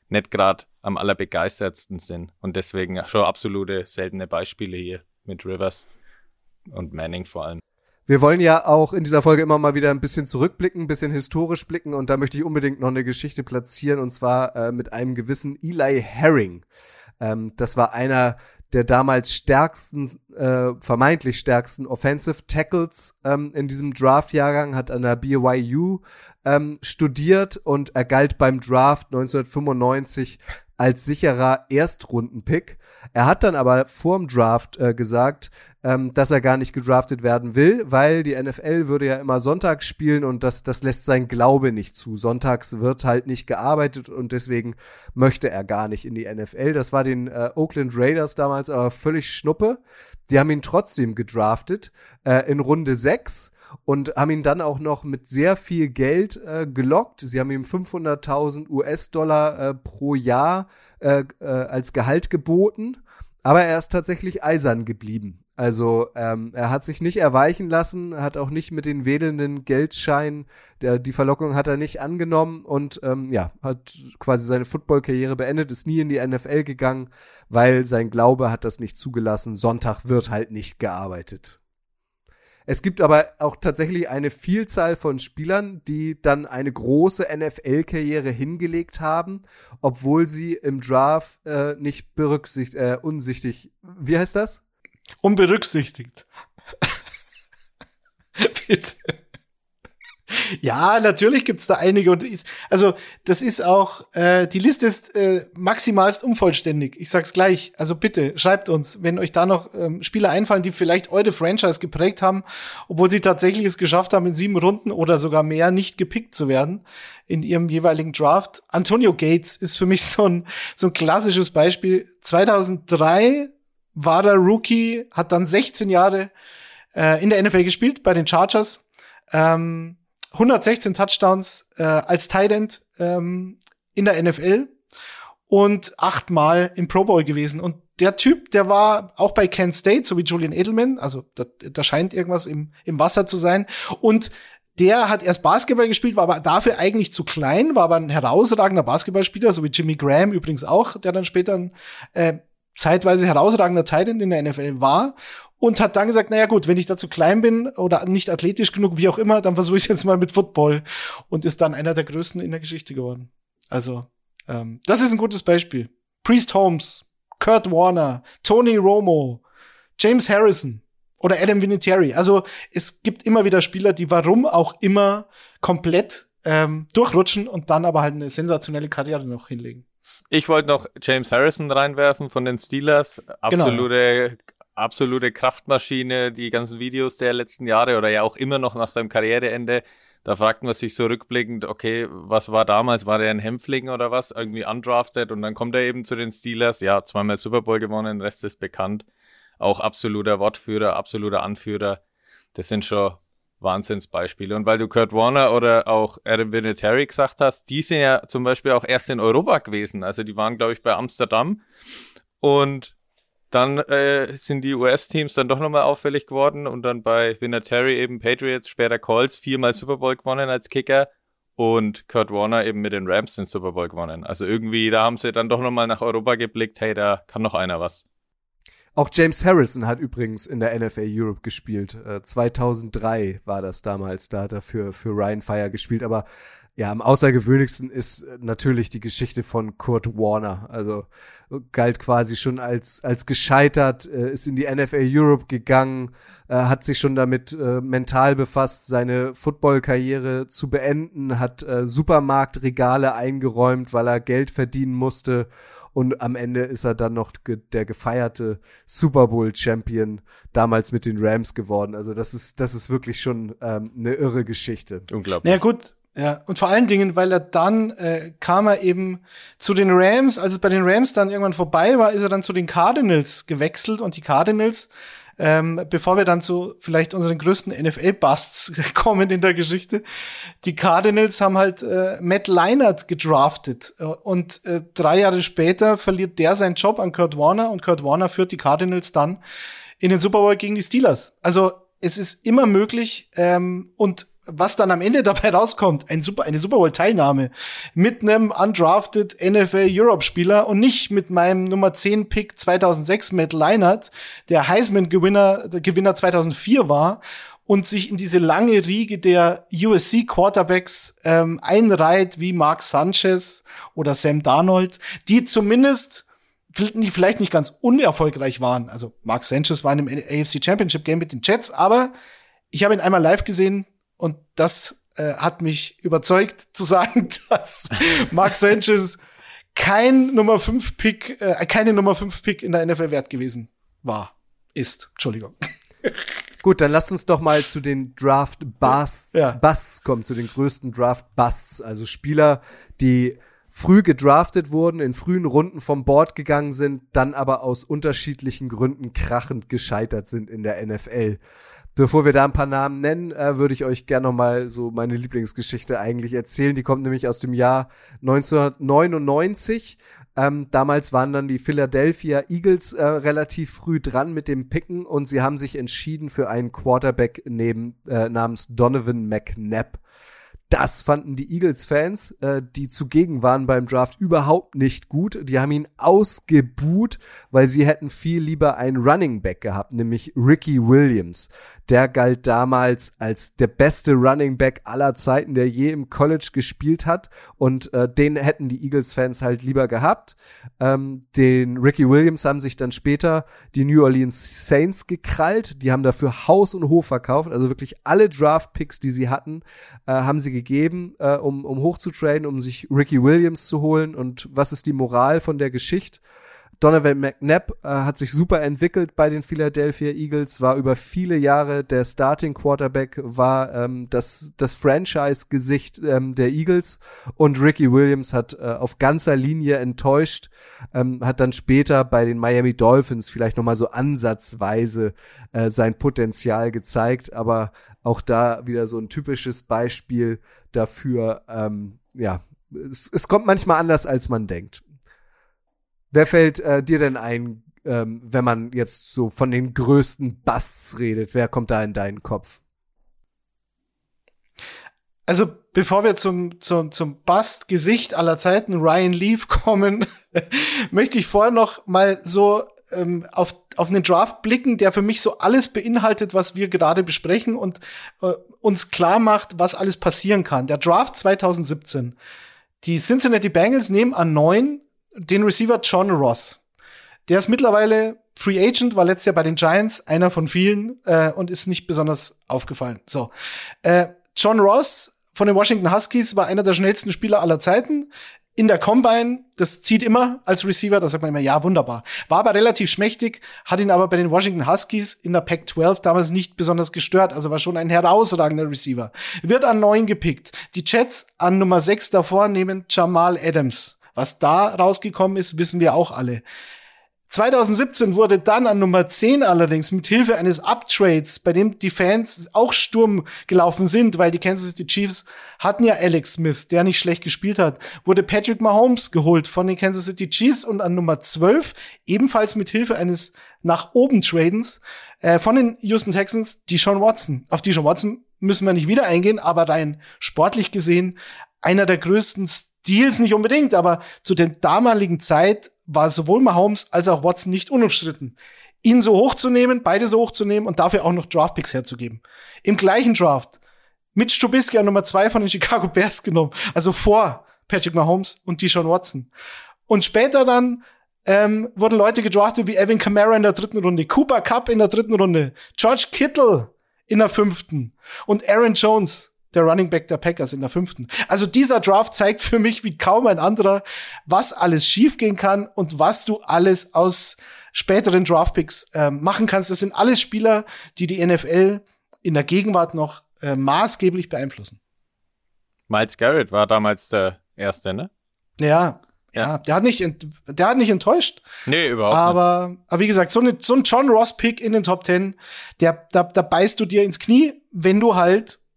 [SPEAKER 6] nicht gerade am allerbegeistertsten sind. Und deswegen schon absolute seltene Beispiele hier mit Rivers und Manning vor allem.
[SPEAKER 4] Wir wollen ja auch in dieser Folge immer mal wieder ein bisschen zurückblicken, ein bisschen historisch blicken und da möchte ich unbedingt noch eine Geschichte platzieren und zwar mit einem gewissen Eli Herring. Das war einer der damals vermeintlich stärksten Offensive Tackles in diesem Draft-Jahrgang, hat an der BYU studiert und er galt beim Draft 1995 als sicherer Erstrundenpick. Er hat dann aber vorm Draft gesagt, dass er gar nicht gedraftet werden will, weil die NFL würde ja immer sonntags spielen und das lässt sein Glaube nicht zu. Sonntags wird halt nicht gearbeitet und deswegen möchte er gar nicht in die NFL. Das war den Oakland Raiders damals aber völlig Schnuppe. Die haben ihn trotzdem gedraftet in Runde 6 und haben ihn dann auch noch mit sehr viel Geld gelockt. Sie haben ihm 500.000 US-Dollar pro Jahr als Gehalt geboten, aber er ist tatsächlich eisern geblieben. Also er hat sich nicht erweichen lassen, hat auch nicht mit den wedelnden Geldscheinen, die Verlockung hat er nicht angenommen und hat quasi seine Football-Karriere beendet, ist nie in die NFL gegangen, weil sein Glaube hat das nicht zugelassen. Sonntag wird halt nicht gearbeitet. Es gibt aber auch tatsächlich eine Vielzahl von Spielern, die dann eine große NFL-Karriere hingelegt haben, obwohl sie im Draft nicht unsichtig, wie heißt das?
[SPEAKER 5] Unberücksichtigt. Bitte. Ja, natürlich gibt's da einige und das ist auch, die Liste ist maximalst unvollständig. Ich sag's gleich. Also bitte, schreibt uns, wenn euch da noch Spieler einfallen, die vielleicht eure Franchise geprägt haben, obwohl sie tatsächlich es geschafft haben, in 7 Runden oder sogar mehr nicht gepickt zu werden in ihrem jeweiligen Draft. Antonio Gates ist für mich so ein klassisches Beispiel. 2003 war der Rookie, hat dann 16 Jahre in der NFL gespielt bei den Chargers. 116 Touchdowns als Tight End in der NFL und 8-mal im Pro Bowl gewesen. Und der Typ, der war auch bei Kent State, so wie Julian Edelman, also da scheint irgendwas im Wasser zu sein. Und der hat erst Basketball gespielt, war aber dafür eigentlich zu klein, war aber ein herausragender Basketballspieler, so wie Jimmy Graham übrigens auch, der dann später ein zeitweise herausragender Tight End in der NFL war. Und hat dann gesagt, naja gut, wenn ich da zu klein bin oder nicht athletisch genug, wie auch immer, dann versuche ich es jetzt mal mit Football. Und ist dann einer der größten in der Geschichte geworden. Also, das ist ein gutes Beispiel. Priest Holmes, Kurt Warner, Tony Romo, James Harrison oder Adam Vinatieri. Also, es gibt immer wieder Spieler, die warum auch immer komplett durchrutschen und dann aber halt eine sensationelle Karriere noch hinlegen.
[SPEAKER 6] Ich wollte noch James Harrison reinwerfen von den Steelers. Absolute Kraftmaschine, die ganzen Videos der letzten Jahre oder ja auch immer noch nach seinem Karriereende. Da fragt man sich so rückblickend, okay, was war damals? War der ein Hämpfling oder was? Irgendwie undrafted und dann kommt er eben zu den Steelers. Ja, 2-mal Super Bowl gewonnen, Rest ist bekannt. Auch absoluter Wortführer, absoluter Anführer. Das sind schon Wahnsinnsbeispiele. Und weil du Kurt Warner oder auch Adam Vinatieri gesagt hast, die sind ja zum Beispiel auch erst in Europa gewesen. Also die waren, glaube ich, bei Amsterdam und dann sind die US-Teams dann doch nochmal auffällig geworden und dann bei Vinatieri eben Patriots, später Colts, 4-mal Super Bowl gewonnen als Kicker und Kurt Warner eben mit den Rams den Super Bowl gewonnen. Also irgendwie, da haben sie dann doch nochmal nach Europa geblickt, hey, da kann noch einer was.
[SPEAKER 4] Auch James Harrison hat übrigens in der NFL Europe gespielt. 2003 war das damals, da hat er für Ryan Fire gespielt, aber ja, am außergewöhnlichsten ist natürlich die Geschichte von Kurt Warner. Also galt quasi schon als gescheitert, ist in die NFL Europe gegangen, hat sich schon damit mental befasst, seine Football-Karriere zu beenden, hat Supermarktregale eingeräumt, weil er Geld verdienen musste. Und am Ende ist er dann noch der gefeierte Super Bowl-Champion damals mit den Rams geworden. Also das ist wirklich schon eine irre Geschichte.
[SPEAKER 6] Unglaublich.
[SPEAKER 5] Ja gut. Ja, und vor allen Dingen, weil er dann kam er eben zu den Rams, als es bei den Rams dann irgendwann vorbei war, ist er dann zu den Cardinals gewechselt und die Cardinals, bevor wir dann zu vielleicht unseren größten NFL-Busts kommen in der Geschichte, die Cardinals haben halt Matt Leinart gedraftet und 3 Jahre später verliert der seinen Job an Kurt Warner und Kurt Warner führt die Cardinals dann in den Super Bowl gegen die Steelers. Also es ist immer möglich und was dann am Ende dabei rauskommt, eine Super Bowl-Teilnahme mit einem undrafted NFL-Europe-Spieler und nicht mit meinem Nummer 10 Pick 2006 Matt Leinart, der Heisman-Gewinner 2004 war und sich in diese lange Riege der USC-Quarterbacks einreiht wie Mark Sanchez oder Sam Darnold, die zumindest vielleicht nicht ganz unerfolgreich waren. Also Mark Sanchez war in einem AFC Championship Game mit den Jets, aber ich habe ihn einmal live gesehen und das hat mich überzeugt zu sagen, dass Mark Sanchez keine Nummer 5 Pick in der NFL wert gewesen ist. Entschuldigung.
[SPEAKER 4] Gut, dann lasst uns doch mal zu den Busts kommen, zu den größten Draft-Busts, also Spieler, die früh gedraftet wurden, in frühen Runden vom Board gegangen sind, dann aber aus unterschiedlichen Gründen krachend gescheitert sind in der NFL. Bevor wir da ein paar Namen nennen, würde ich euch gerne noch mal so meine Lieblingsgeschichte eigentlich erzählen. Die kommt nämlich aus dem Jahr 1999. Damals waren dann die Philadelphia Eagles relativ früh dran mit dem Picken und sie haben sich entschieden für einen Quarterback namens Donovan McNabb. Das fanden die Eagles-Fans, die zugegen waren beim Draft, überhaupt nicht gut. Die haben ihn ausgebuht, weil sie hätten viel lieber einen Running Back gehabt, nämlich Ricky Williams. Der galt damals als der beste Running Back aller Zeiten, der je im College gespielt hat. Und den hätten die Eagles-Fans halt lieber gehabt. Den Ricky Williams haben sich dann später die New Orleans Saints gekrallt. Die haben dafür Haus und Hof verkauft. Also wirklich alle Draft-Picks, die sie hatten, haben sie gegeben, um hochzutraden, um sich Ricky Williams zu holen. Und was ist die Moral von der Geschichte? Donovan McNabb hat sich super entwickelt bei den Philadelphia Eagles, war über viele Jahre der Starting Quarterback, war das Franchise-Gesicht der Eagles und Ricky Williams hat auf ganzer Linie enttäuscht, hat dann später bei den Miami Dolphins vielleicht nochmal so ansatzweise sein Potenzial gezeigt, aber auch da wieder so ein typisches Beispiel dafür, es kommt manchmal anders, als man denkt. Wer fällt dir denn ein, wenn man jetzt so von den größten Busts redet? Wer kommt da in deinen Kopf?
[SPEAKER 5] Also, bevor wir zum Bust-Gesicht aller Zeiten, Ryan Leaf, kommen, möchte ich vorher noch mal so auf einen Draft blicken, der für mich so alles beinhaltet, was wir gerade besprechen und uns klar macht, was alles passieren kann. Der Draft 2017. Die Cincinnati Bengals nehmen an 9 den Receiver John Ross. Der ist mittlerweile Free Agent, war letztes Jahr bei den Giants, einer von vielen, und ist nicht besonders aufgefallen. So, John Ross von den Washington Huskies war einer der schnellsten Spieler aller Zeiten. In der Combine, das zieht immer als Receiver, da sagt man immer, ja, wunderbar. War aber relativ schmächtig, hat ihn aber bei den Washington Huskies in der Pac-12 damals nicht besonders gestört, also war schon ein herausragender Receiver. Wird an 9 gepickt. Die Jets an Nummer 6 davor nehmen Jamal Adams. Was da rausgekommen ist, wissen wir auch alle. 2017 wurde dann an Nummer 10 allerdings mit Hilfe eines Uptrades, bei dem die Fans auch Sturm gelaufen sind, weil die Kansas City Chiefs hatten ja Alex Smith, der nicht schlecht gespielt hat, wurde Patrick Mahomes geholt von den Kansas City Chiefs und an Nummer 12 ebenfalls mit Hilfe eines nach oben Tradens von den Houston Texans Deshaun Watson. Auf Deshaun Watson müssen wir nicht wieder eingehen, aber rein sportlich gesehen einer der größten Deals nicht unbedingt, aber zu der damaligen Zeit war sowohl Mahomes als auch Watson nicht unumstritten. Ihn so hochzunehmen, beide so hochzunehmen und dafür auch noch Draftpicks herzugeben. Im gleichen Draft Mitch Trubisky an Nummer 2 von den Chicago Bears genommen, also vor Patrick Mahomes und Deshaun Watson. Und später dann wurden Leute gedraftet wie Alvin Kamara in der 3. Runde, Cooper Kupp in der 3. Runde, George Kittle in der 5. und Aaron Jones, der Running Back der Packers, in der 5. Also dieser Draft zeigt für mich wie kaum ein anderer, was alles schiefgehen kann und was du alles aus späteren Draftpicks machen kannst. Das sind alles Spieler, die die NFL in der Gegenwart noch maßgeblich beeinflussen.
[SPEAKER 6] Myles Garrett war damals der Erste, ne?
[SPEAKER 5] Ja, der hat nicht enttäuscht.
[SPEAKER 6] Nee, überhaupt
[SPEAKER 5] nicht. Aber wie gesagt, so ein John Ross-Pick in den Top 10, da beißt du dir ins Knie, wenn du halt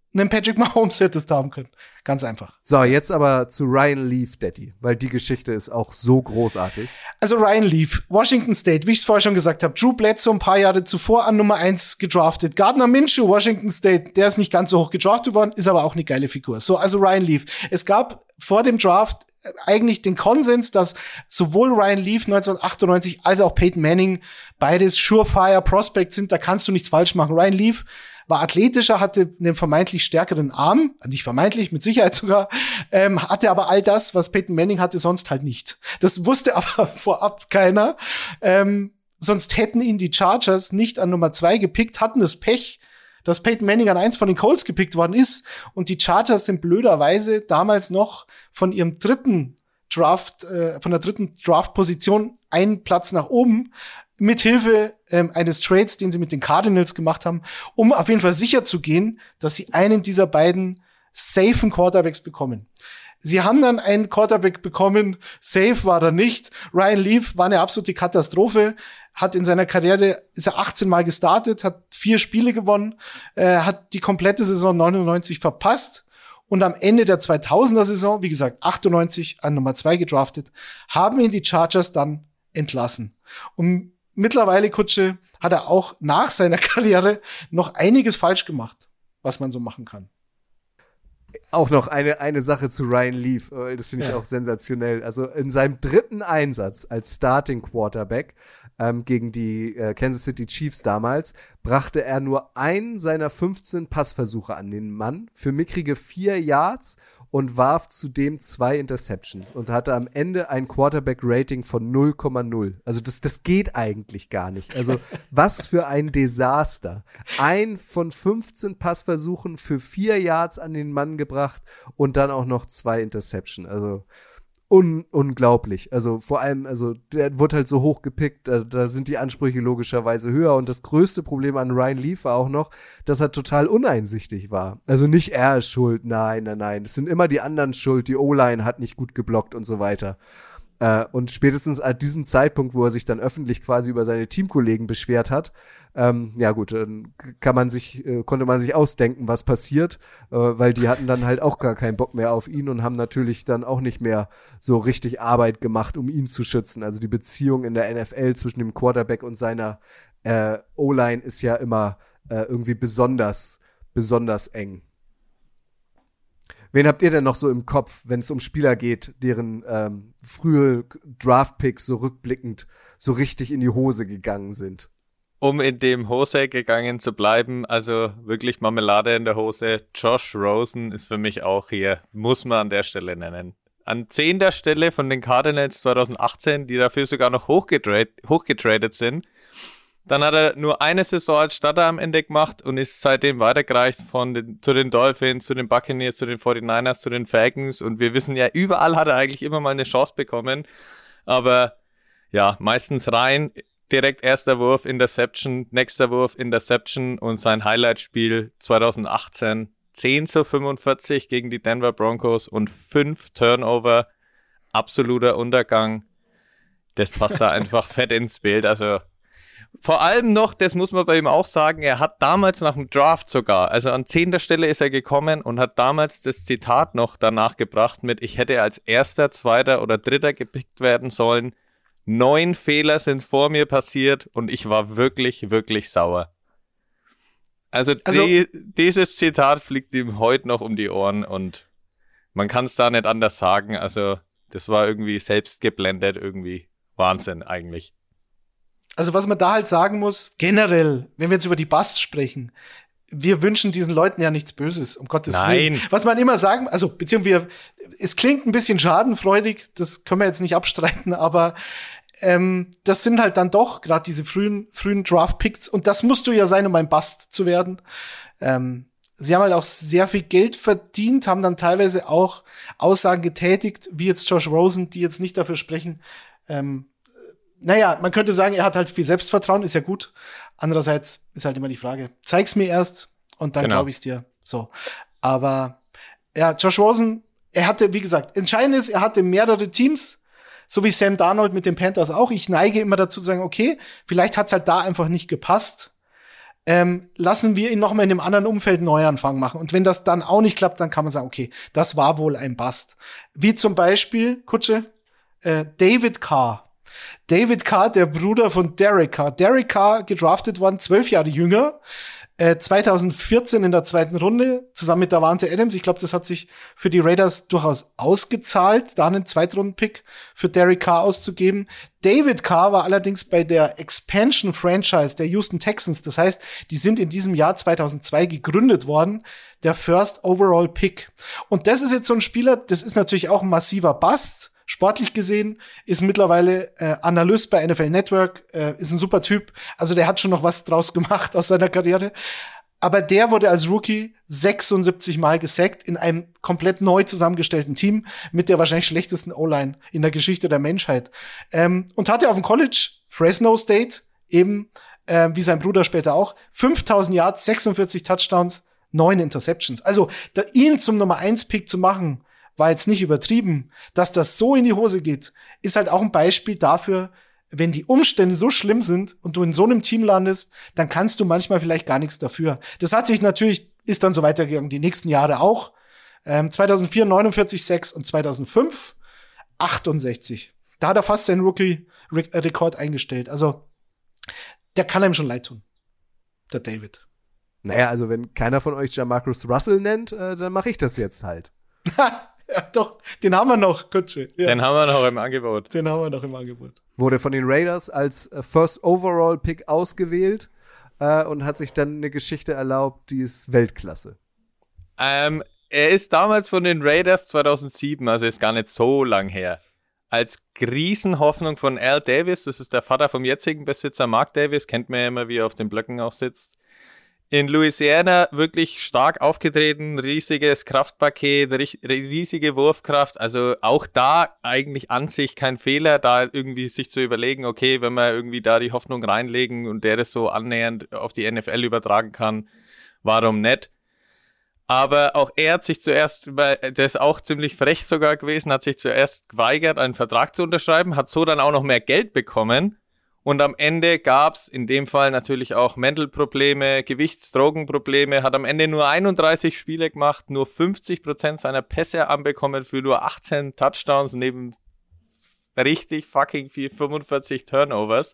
[SPEAKER 5] einen Patrick Mahomes hättest haben können. Ganz einfach.
[SPEAKER 4] So, jetzt aber zu Ryan Leaf, Daddy, weil die Geschichte ist auch so großartig.
[SPEAKER 5] Also Ryan Leaf, Washington State, wie ich es vorher schon gesagt habe, Drew Bledsoe ein paar Jahre zuvor an Nummer 1 gedraftet. Gardner Minshew, Washington State, der ist nicht ganz so hoch gedraftet worden, ist aber auch eine geile Figur. So, also Ryan Leaf. Es gab vor dem Draft eigentlich den Konsens, dass sowohl Ryan Leaf 1998 als auch Peyton Manning beides Surefire Prospects sind, da kannst du nichts falsch machen. Ryan Leaf war athletischer, hatte einen vermeintlich stärkeren Arm, nicht vermeintlich, mit Sicherheit sogar, hatte aber all das, was Peyton Manning hatte, sonst halt nicht. Das wusste aber vorab keiner. Sonst hätten ihn die Chargers nicht an Nummer 2 gepickt, hatten das Pech, dass Peyton Manning an 1 von den Colts gepickt worden ist. Und die Chargers sind blöderweise damals noch von ihrem dritten Draft-Position einen Platz nach oben mithilfe eines Trades, den sie mit den Cardinals gemacht haben, um auf jeden Fall sicher zu gehen, dass sie einen dieser beiden safen Quarterbacks bekommen. Sie haben dann einen Quarterback bekommen, safe war er nicht. Ryan Leaf war eine absolute Katastrophe, hat in seiner Karriere, ist er 18 Mal gestartet, hat 4 Spiele gewonnen, hat die komplette Saison 99 verpasst und am Ende der 2000er Saison, wie gesagt, 98 an Nummer 2 gedraftet, haben ihn die Chargers dann entlassen. Und mittlerweile, Kutsche, hat er auch nach seiner Karriere noch einiges falsch gemacht, was man so machen kann.
[SPEAKER 4] Auch noch eine Sache zu Ryan Leaf, das finde ich auch sensationell. Also in seinem 3. Einsatz als Starting Quarterback gegen die Kansas City Chiefs damals, brachte er nur einen seiner 15 Passversuche an den Mann für mickrige 4 Yards und warf zudem 2 Interceptions und hatte am Ende ein Quarterback-Rating von 0,0. Also das geht eigentlich gar nicht. Also was für ein Desaster. Ein von 15 Passversuchen für 4 Yards an den Mann gebracht und dann auch noch 2 Interceptions. Also unglaublich. Also vor allem, also der wurde halt so hoch gepickt, da sind die Ansprüche logischerweise höher und das größte Problem an Ryan Leaf war auch noch, dass er total uneinsichtig war. Also nicht er ist schuld, nein. Es sind immer die anderen schuld, die O-Line hat nicht gut geblockt und so weiter. Und spätestens an diesem Zeitpunkt, wo er sich dann öffentlich quasi über seine Teamkollegen beschwert hat, ja gut, dann konnte man sich ausdenken, was passiert, weil die hatten dann halt auch gar keinen Bock mehr auf ihn und haben natürlich dann auch nicht mehr so richtig Arbeit gemacht, um ihn zu schützen. Also die Beziehung in der NFL zwischen dem Quarterback und seiner O-Line ist ja immer irgendwie besonders eng. Wen habt ihr denn noch so im Kopf, wenn es um Spieler geht, deren frühe Draft-Picks so rückblickend so richtig in die Hose gegangen sind?
[SPEAKER 6] Um in dem Hose gegangen zu bleiben, also wirklich Marmelade in der Hose, Josh Rosen ist für mich auch hier, muss man an der Stelle nennen. An 10. Stelle von den Cardinals 2018, die dafür sogar noch hochgetradet sind. Dann hat er nur eine Saison als Starter am Ende gemacht und ist seitdem weitergereicht zu den Dolphins, zu den Buccaneers, zu den 49ers, zu den Falcons. Und wir wissen ja, überall hat er eigentlich immer mal eine Chance bekommen. Aber ja, meistens rein, direkt erster Wurf, Interception, nächster Wurf, Interception und sein Highlight-Spiel 2018, 10:45 gegen die Denver Broncos und 5 Turnover, absoluter Untergang. Das passt da einfach fett ins Bild, also vor allem noch, das muss man bei ihm auch sagen, er hat damals nach dem Draft sogar, also an 10. Stelle ist er gekommen und hat damals das Zitat noch danach gebracht mit, ich hätte als 1., 2. oder 3. gepickt werden sollen. 9 Fehler sind vor mir passiert und ich war wirklich, wirklich sauer. Also dieses Zitat fliegt ihm heute noch um die Ohren und man kann es da nicht anders sagen. Also das war irgendwie selbst geblendet, irgendwie Wahnsinn eigentlich.
[SPEAKER 5] Also was man da halt sagen muss, generell, wenn wir jetzt über die Busts sprechen, wir wünschen diesen Leuten ja nichts Böses, um Gottes Willen. Was man immer sagen, also beziehungsweise es klingt ein bisschen schadenfreudig, das können wir jetzt nicht abstreiten, aber das sind halt dann doch gerade diese frühen Draft-Picks und das musst du ja sein, um ein Bust zu werden. Sie haben halt auch sehr viel Geld verdient, haben dann teilweise auch Aussagen getätigt, wie jetzt Josh Rosen, die jetzt nicht dafür sprechen. Naja, man könnte sagen, er hat halt viel Selbstvertrauen, ist ja gut. Andererseits ist halt immer die Frage, zeig's mir erst und dann glaube ich's dir. So. Aber ja, Josh Rosen, er hatte, wie gesagt, entscheidend ist, er hatte mehrere Teams, so wie Sam Darnold mit den Panthers auch. Ich neige immer dazu zu sagen, okay, vielleicht hat's halt da einfach nicht gepasst. lassen wir ihn noch mal in einem anderen Umfeld einen Neuanfang machen. Und wenn das dann auch nicht klappt, dann kann man sagen, okay, das war wohl ein Bust. Wie zum Beispiel, Kutsche, David Carr. David Carr, der Bruder von Derek Carr. Derek Carr, gedraftet worden, 12 Jahre jünger. 2014 in der zweiten Runde, zusammen mit Davante Adams. Ich glaube, das hat sich für die Raiders durchaus ausgezahlt, da einen Zweitrunden-Pick für Derek Carr auszugeben. David Carr war allerdings bei der Expansion-Franchise der Houston Texans. Das heißt, die sind in diesem Jahr 2002 gegründet worden, der First Overall Pick. Und das ist jetzt so ein Spieler, das ist natürlich auch ein massiver Bust. Sportlich gesehen ist mittlerweile Analyst bei NFL Network, ist ein super Typ. Also der hat schon noch was draus gemacht aus seiner Karriere. Aber der wurde als Rookie 76 Mal gesackt in einem komplett neu zusammengestellten Team mit der wahrscheinlich schlechtesten O-Line in der Geschichte der Menschheit. Und hatte auf dem College Fresno State eben, wie sein Bruder später auch, 5000 Yards, 46 Touchdowns, 9 Interceptions. Also ihn zum Nummer 1 Pick zu machen, war jetzt nicht übertrieben. Dass das so in die Hose geht, ist halt auch ein Beispiel dafür, wenn die Umstände so schlimm sind und du in so einem Team landest, dann kannst du manchmal vielleicht gar nichts dafür. Das hat sich natürlich, ist dann so weitergegangen, die nächsten Jahre auch. 2004 49 Sacks und 2005 68. Da hat er fast seinen Rookie-Rekord eingestellt. Also, der kann einem schon leid tun, der David.
[SPEAKER 4] Naja, also wenn keiner von euch Jamarcus Russell nennt, dann mache ich das jetzt halt.
[SPEAKER 5] Ja, doch, den haben wir noch, Kutsche. Ja.
[SPEAKER 6] Den haben wir noch im Angebot.
[SPEAKER 4] Wurde von den Raiders als First Overall Pick ausgewählt und hat sich dann eine Geschichte erlaubt, die ist Weltklasse.
[SPEAKER 6] Er ist damals von den Raiders 2007, also ist gar nicht so lang her, als Riesenhoffnung von Al Davis, das ist der Vater vom jetzigen Besitzer Mark Davis, kennt man ja immer, wie er auf den Blöcken auch sitzt, in Louisiana wirklich stark aufgetreten, riesiges Kraftpaket, riesige Wurfkraft, also auch da eigentlich an sich kein Fehler, da irgendwie sich zu überlegen, okay, wenn wir irgendwie da die Hoffnung reinlegen und der das so annähernd auf die NFL übertragen kann, warum nicht? Aber auch er hat sich zuerst, der ist auch ziemlich frech sogar gewesen, hat sich zuerst geweigert, einen Vertrag zu unterschreiben, hat so dann auch noch mehr Geld bekommen. Und am Ende gab's in dem Fall natürlich auch Mental-Probleme, Gewichts-Drogen-Probleme, hat am Ende nur 31 Spiele gemacht, nur 50% seiner Pässe anbekommen für nur 18 Touchdowns neben richtig fucking viel 45 Turnovers.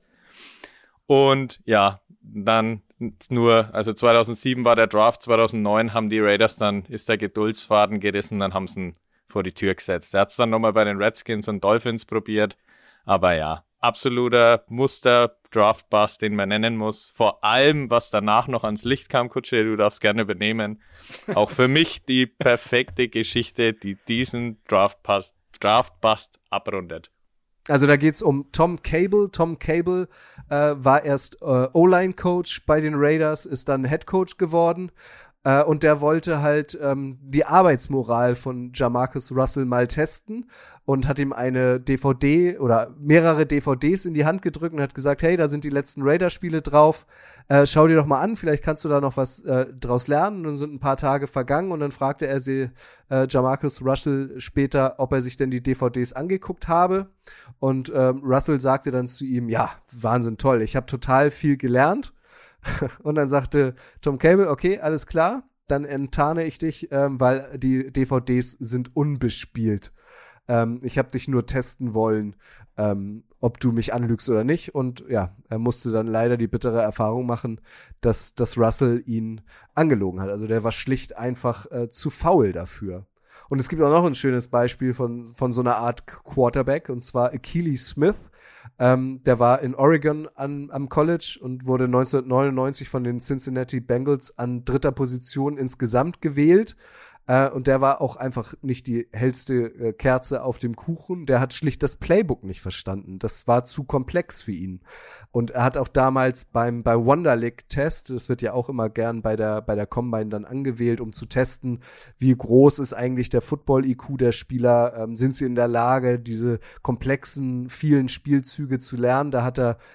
[SPEAKER 6] Und ja, dann also 2007 war der Draft, 2009 haben die Raiders ist der Geduldsfaden gerissen, dann haben sie ihn vor die Tür gesetzt. Er hat's dann nochmal bei den Redskins und Dolphins probiert, aber ja. Absoluter Muster-Draft-Bust, den man nennen muss. Vor allem, was danach noch ans Licht kam, Kutsche, du darfst gerne übernehmen. Auch für mich die perfekte Geschichte, die diesen Draft-Bust abrundet.
[SPEAKER 4] Also da geht's um Tom Cable. Tom Cable war erst O-Line-Coach bei den Raiders, ist dann Head-Coach geworden. Und der wollte halt die Arbeitsmoral von Jamarcus Russell mal testen und hat ihm eine DVD oder mehrere DVDs in die Hand gedrückt und hat gesagt, hey, da sind die letzten Raiders-Spiele drauf, schau dir doch mal an, vielleicht kannst du da noch was draus lernen. Und dann sind ein paar Tage vergangen und dann fragte er sie, Jamarcus Russell später, ob er sich denn die DVDs angeguckt habe. Und Russell sagte dann zu ihm, ja, Wahnsinn, toll, ich habe total viel gelernt. Und dann sagte Tom Cable, okay, alles klar, dann enttarne ich dich, weil die DVDs sind unbespielt. Ich habe dich nur testen wollen, ob du mich anlügst oder nicht. Und ja, er musste dann leider die bittere Erfahrung machen, dass Russell ihn angelogen hat. Also der war schlicht einfach zu faul dafür. Und es gibt auch noch ein schönes Beispiel von so einer Art Quarterback, und zwar Akili Smith. Der war in Oregon am College und wurde 1999 von den Cincinnati Bengals an 3. Position insgesamt gewählt. Und der war auch einfach nicht die hellste Kerze auf dem Kuchen. Der hat schlicht das Playbook nicht verstanden. Das war zu komplex für ihn. Und er hat auch damals bei Wonderlic-Test, das wird ja auch immer gern bei der Combine dann angewählt, um zu testen, wie groß ist eigentlich der Football-IQ der Spieler, sind sie in der Lage, diese komplexen, vielen Spielzüge zu lernen. Da hat er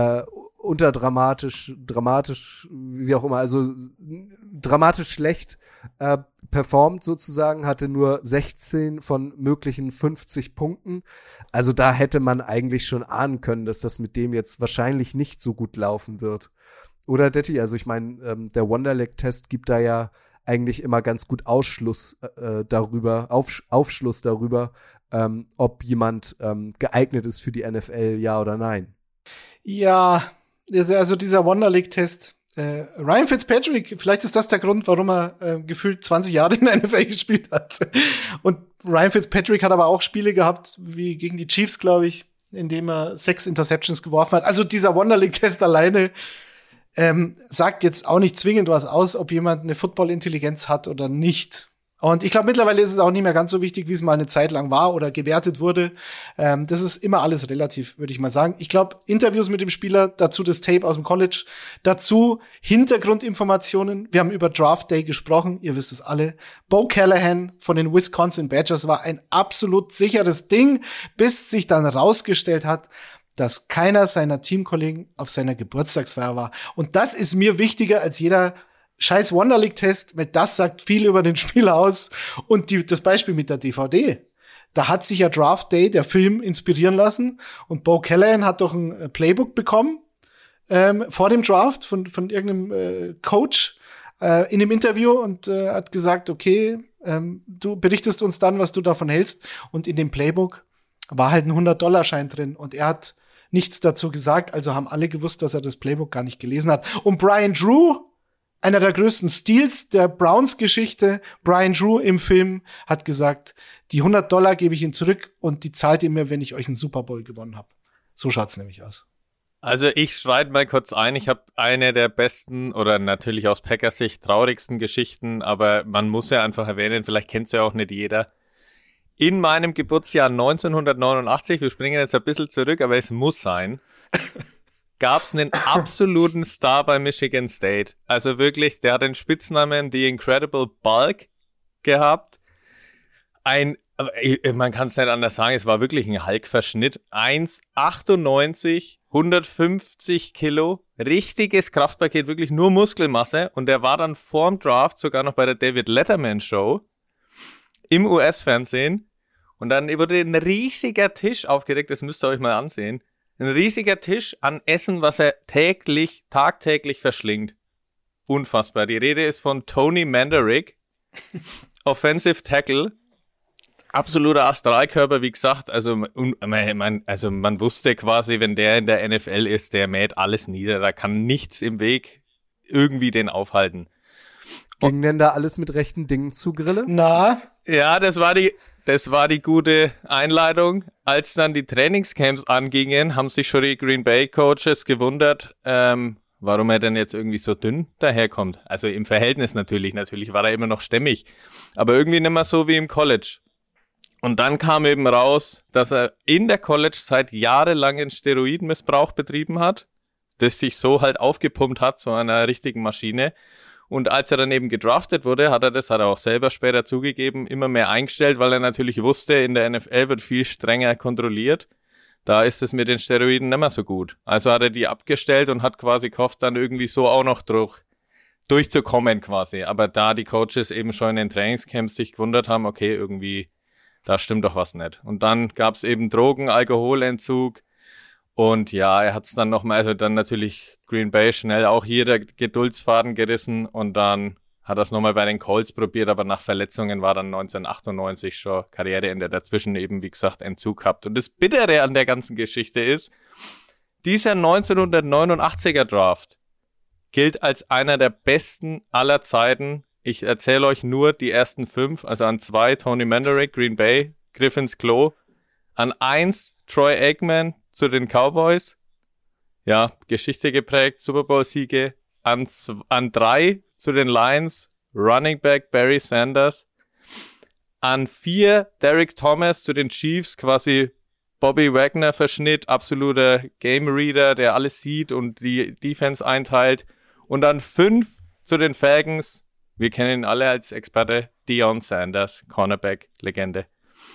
[SPEAKER 4] dramatisch, wie auch immer, also dramatisch schlecht performt sozusagen, hatte nur 16 von möglichen 50 Punkten. Also da hätte man eigentlich schon ahnen können, dass das mit dem jetzt wahrscheinlich nicht so gut laufen wird. Oder Detti, also ich meine, der Wonderlic-Test gibt da ja eigentlich immer ganz gut Aufschluss darüber, ob jemand geeignet ist für die NFL, ja oder nein.
[SPEAKER 5] Ja, also dieser Wonderlic-Test. Ryan Fitzpatrick, vielleicht ist das der Grund, warum er gefühlt 20 Jahre in der NFL gespielt hat. Und Ryan Fitzpatrick hat aber auch Spiele gehabt, wie gegen die Chiefs, glaube ich, in dem er 6 Interceptions geworfen hat. Also dieser Wonderlic-Test alleine sagt jetzt auch nicht zwingend was aus, ob jemand eine Football-Intelligenz hat oder nicht. Und ich glaube, mittlerweile ist es auch nicht mehr ganz so wichtig, wie es mal eine Zeit lang war oder gewertet wurde. Das ist immer alles relativ, würde ich mal sagen. Ich glaube, Interviews mit dem Spieler, dazu das Tape aus dem College, dazu Hintergrundinformationen. Wir haben über Draft Day gesprochen, ihr wisst es alle. Bo Callahan von den Wisconsin Badgers war ein absolut sicheres Ding, bis sich dann rausgestellt hat, dass keiner seiner Teamkollegen auf seiner Geburtstagsfeier war. Und das ist mir wichtiger als jeder scheiß Wonderlic-Test, weil das sagt viel über den Spieler aus. Und das Beispiel mit der DVD. Da hat sich ja Draft Day, der Film, inspirieren lassen. Und Bo Callahan hat doch ein Playbook bekommen vor dem Draft von irgendeinem Coach in dem Interview und hat gesagt, okay, du berichtest uns dann, was du davon hältst. Und in dem Playbook war halt ein $100-Schein drin. Und er hat nichts dazu gesagt. Also haben alle gewusst, dass er das Playbook gar nicht gelesen hat. Und Brian Drew, einer der größten Steals der Browns-Geschichte, Brian Drew im Film, hat gesagt, die $100 gebe ich Ihnen zurück und die zahlt ihr mir, wenn ich euch einen Super Bowl gewonnen habe. So schaut's nämlich aus.
[SPEAKER 6] Also ich schreite mal kurz ein, ich habe eine der besten oder natürlich aus Packers Sicht traurigsten Geschichten, aber man muss ja einfach erwähnen, vielleicht kennt's ja auch nicht jeder. In meinem Geburtsjahr 1989, wir springen jetzt ein bisschen zurück, aber es muss sein, gab es einen absoluten Star bei Michigan State. Also wirklich, der hat den Spitznamen The Incredible Bulk gehabt. Man kann es nicht anders sagen, es war wirklich ein Hulk-Verschnitt. 1,98, 150 Kilo, richtiges Kraftpaket, wirklich nur Muskelmasse. Und der war dann vorm Draft sogar noch bei der David Letterman Show im US-Fernsehen. Und dann wurde ein riesiger Tisch aufgedeckt, das müsst ihr euch mal ansehen. Ein riesiger Tisch an Essen, was er tagtäglich verschlingt. Unfassbar. Die Rede ist von Tony Mandarick, Offensive Tackle. Absoluter Astralkörper, wie gesagt. Also man wusste quasi, wenn der in der NFL ist, der mäht alles nieder. Da kann nichts im Weg irgendwie den aufhalten.
[SPEAKER 4] Ging denn da alles mit rechten Dingen zu, Grille?
[SPEAKER 5] Na?
[SPEAKER 6] Ja, das war die gute Einleitung. Als dann die Trainingscamps angingen, haben sich schon die Green Bay Coaches gewundert, warum er denn jetzt irgendwie so dünn daherkommt. Also im Verhältnis natürlich war er immer noch stämmig, aber irgendwie nicht mehr so wie im College. Und dann kam eben raus, dass er in der College-Zeit jahrelangen Steroidenmissbrauch betrieben hat, das sich so halt aufgepumpt hat, so einer richtigen Maschine. Und als er dann eben gedraftet wurde, hat er auch selber später zugegeben, immer mehr eingestellt, weil er natürlich wusste, in der NFL wird viel strenger kontrolliert. Da ist es mit den Steroiden nicht mehr so gut. Also hat er die abgestellt und hat quasi gehofft, dann irgendwie so auch noch durchzukommen quasi. Aber da die Coaches eben schon in den Trainingscamps sich gewundert haben, okay, irgendwie, da stimmt doch was nicht. Und dann gab's eben Drogen, Alkoholentzug. Und ja, er hat's dann nochmal, also dann natürlich Green Bay schnell auch hier der Geduldsfaden gerissen und dann hat er es nochmal bei den Colts probiert, aber nach Verletzungen war dann 1998 schon Karriereende, dazwischen eben, wie gesagt, Entzug gehabt. Und das Bittere an der ganzen Geschichte ist, dieser 1989er Draft gilt als einer der besten aller Zeiten. Ich erzähle euch nur die ersten 5, also an 2 Tony Mandarick, Green Bay, Griffins Klo, an 1 Troy Aikman zu den Cowboys, ja, Geschichte geprägt, Super Bowl-Siege, an 3 zu den Lions, Running Back Barry Sanders, an 4 Derek Thomas zu den Chiefs, quasi Bobby Wagner-Verschnitt, absoluter Game Reader, der alles sieht und die Defense einteilt, und an 5 zu den Falcons, wir kennen ihn alle als Experte, Deion Sanders, Cornerback, Legende.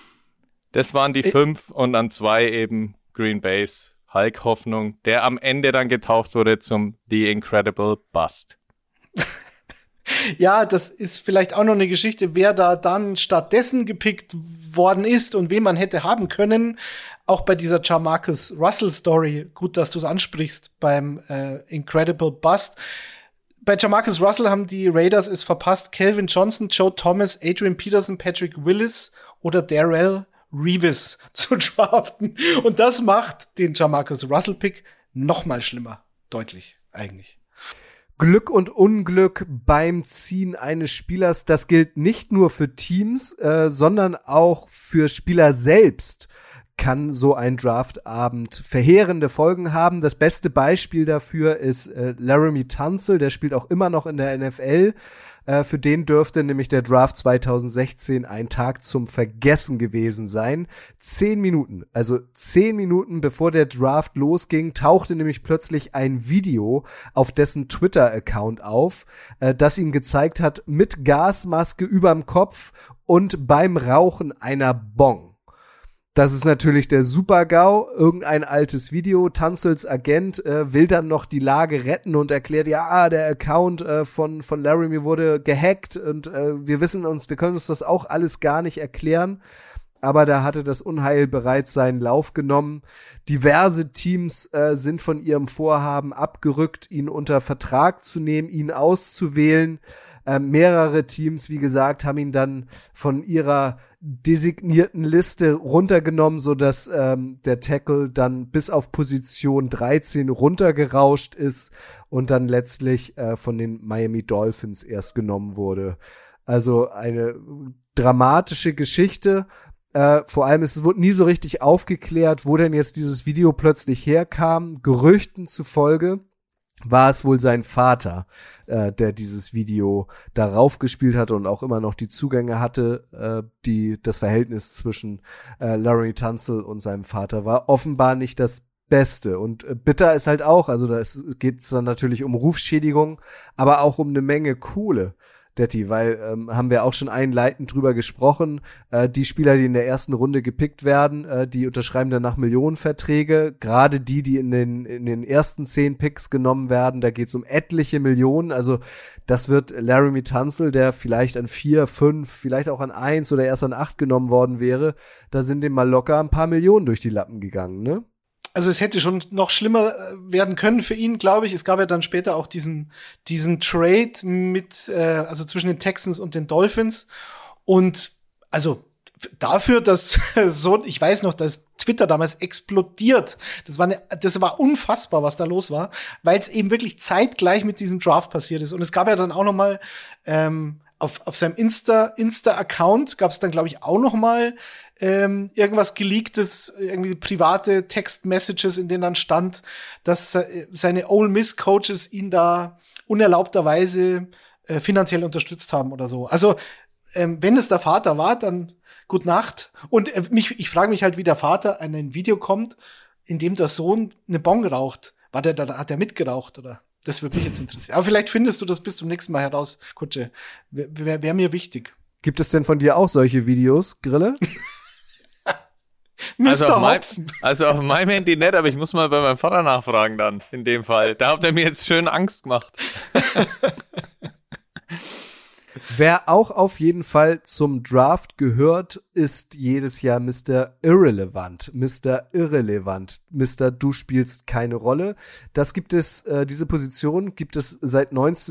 [SPEAKER 6] Das waren die 5 und an 2 eben Green Bay's Hulk-Hoffnung, der am Ende dann getauft wurde zum The Incredible Bust.
[SPEAKER 5] Ja, das ist vielleicht auch noch eine Geschichte, wer da dann stattdessen gepickt worden ist und wen man hätte haben können. Auch bei dieser Jamarcus Russell Story, gut, dass du es ansprichst, beim Incredible Bust. Bei Jamarcus Russell haben die Raiders es verpasst, Calvin Johnson, Joe Thomas, Adrian Peterson, Patrick Willis oder Darrell Revis zu draften. Und das macht den Jamarcus Russell Pick noch mal schlimmer. Deutlich, eigentlich.
[SPEAKER 4] Glück und Unglück beim Ziehen eines Spielers, das gilt nicht nur für Teams, sondern auch für Spieler selbst. Kann so ein Draftabend verheerende Folgen haben. Das beste Beispiel dafür ist Laremy Tunsil, der spielt auch immer noch in der NFL. Für den dürfte nämlich der Draft 2016 ein Tag zum Vergessen gewesen sein. 10 Minuten bevor der Draft losging, tauchte nämlich plötzlich ein Video auf dessen Twitter-Account auf, das ihn gezeigt hat mit Gasmaske überm Kopf und beim Rauchen einer Bong. Das ist natürlich der Super-GAU, irgendein altes Video. Tunsils Agent will dann noch die Lage retten und erklärt, ja, der Account von Laremy wurde gehackt und wir können uns das auch alles gar nicht erklären. Aber da hatte das Unheil bereits seinen Lauf genommen. Diverse Teams sind von ihrem Vorhaben abgerückt, ihn unter Vertrag zu nehmen, ihn auszuwählen. Mehrere Teams, wie gesagt, haben ihn dann von ihrer designierten Liste runtergenommen, so dass der Tackle dann bis auf Position 13 runtergerauscht ist und dann letztlich von den Miami Dolphins erst genommen wurde. Also eine dramatische Geschichte. Vor allem, es wurde nie so richtig aufgeklärt, wo denn jetzt dieses Video plötzlich herkam. Gerüchten zufolge war es wohl sein Vater, der dieses Video darauf gespielt hatte und auch immer noch die Zugänge hatte. Das Verhältnis zwischen Laremy Tunsil und seinem Vater war offenbar nicht das Beste. Und bitter ist halt auch, also da geht es dann natürlich um Rufschädigung, aber auch um eine Menge Kohle. Detti, weil haben wir auch schon einleitend drüber gesprochen, die Spieler, die in der ersten Runde gepickt werden, die unterschreiben danach Millionenverträge, gerade die in den ersten 10 Picks genommen werden, da geht's um etliche Millionen, also das wird Laremy Tunsil, der vielleicht an 4, 5, vielleicht auch an 1 oder erst an 8 genommen worden wäre, da sind dem mal locker ein paar Millionen durch die Lappen gegangen, ne?
[SPEAKER 5] Also es hätte schon noch schlimmer werden können für ihn, glaube ich. Es gab ja dann später auch diesen Trade also zwischen den Texans und den Dolphins. Und also dafür, dass ich weiß noch, dass Twitter damals explodiert. Das war unfassbar, was da los war, weil es eben wirklich zeitgleich mit diesem Draft passiert ist. Und es gab ja dann auch noch mal auf seinem Insta-Account gab es dann, glaube ich, auch noch mal irgendwas geleaktes, irgendwie private Text-Messages, in denen dann stand, dass seine Ole Miss-Coaches ihn da unerlaubterweise finanziell unterstützt haben oder so. Also, wenn es der Vater war, dann Gute Nacht. Und ich frage mich halt, wie der Vater an ein Video kommt, in dem der Sohn eine Bong raucht. Hat er mitgeraucht, oder? Das würde mich jetzt interessieren. Aber vielleicht findest du das bis zum nächsten Mal heraus, Kutsche. Wär mir wichtig.
[SPEAKER 4] Gibt es denn von dir auch solche Videos, Grille?
[SPEAKER 6] Also auf meinem Handy nicht, aber ich muss mal bei meinem Vater nachfragen dann, in dem Fall. Da habt ihr mir jetzt schön Angst gemacht.
[SPEAKER 4] Wer auch auf jeden Fall zum Draft gehört, ist jedes Jahr Mr. Irrelevant. Mr. Du spielst keine Rolle. Diese Position gibt es seit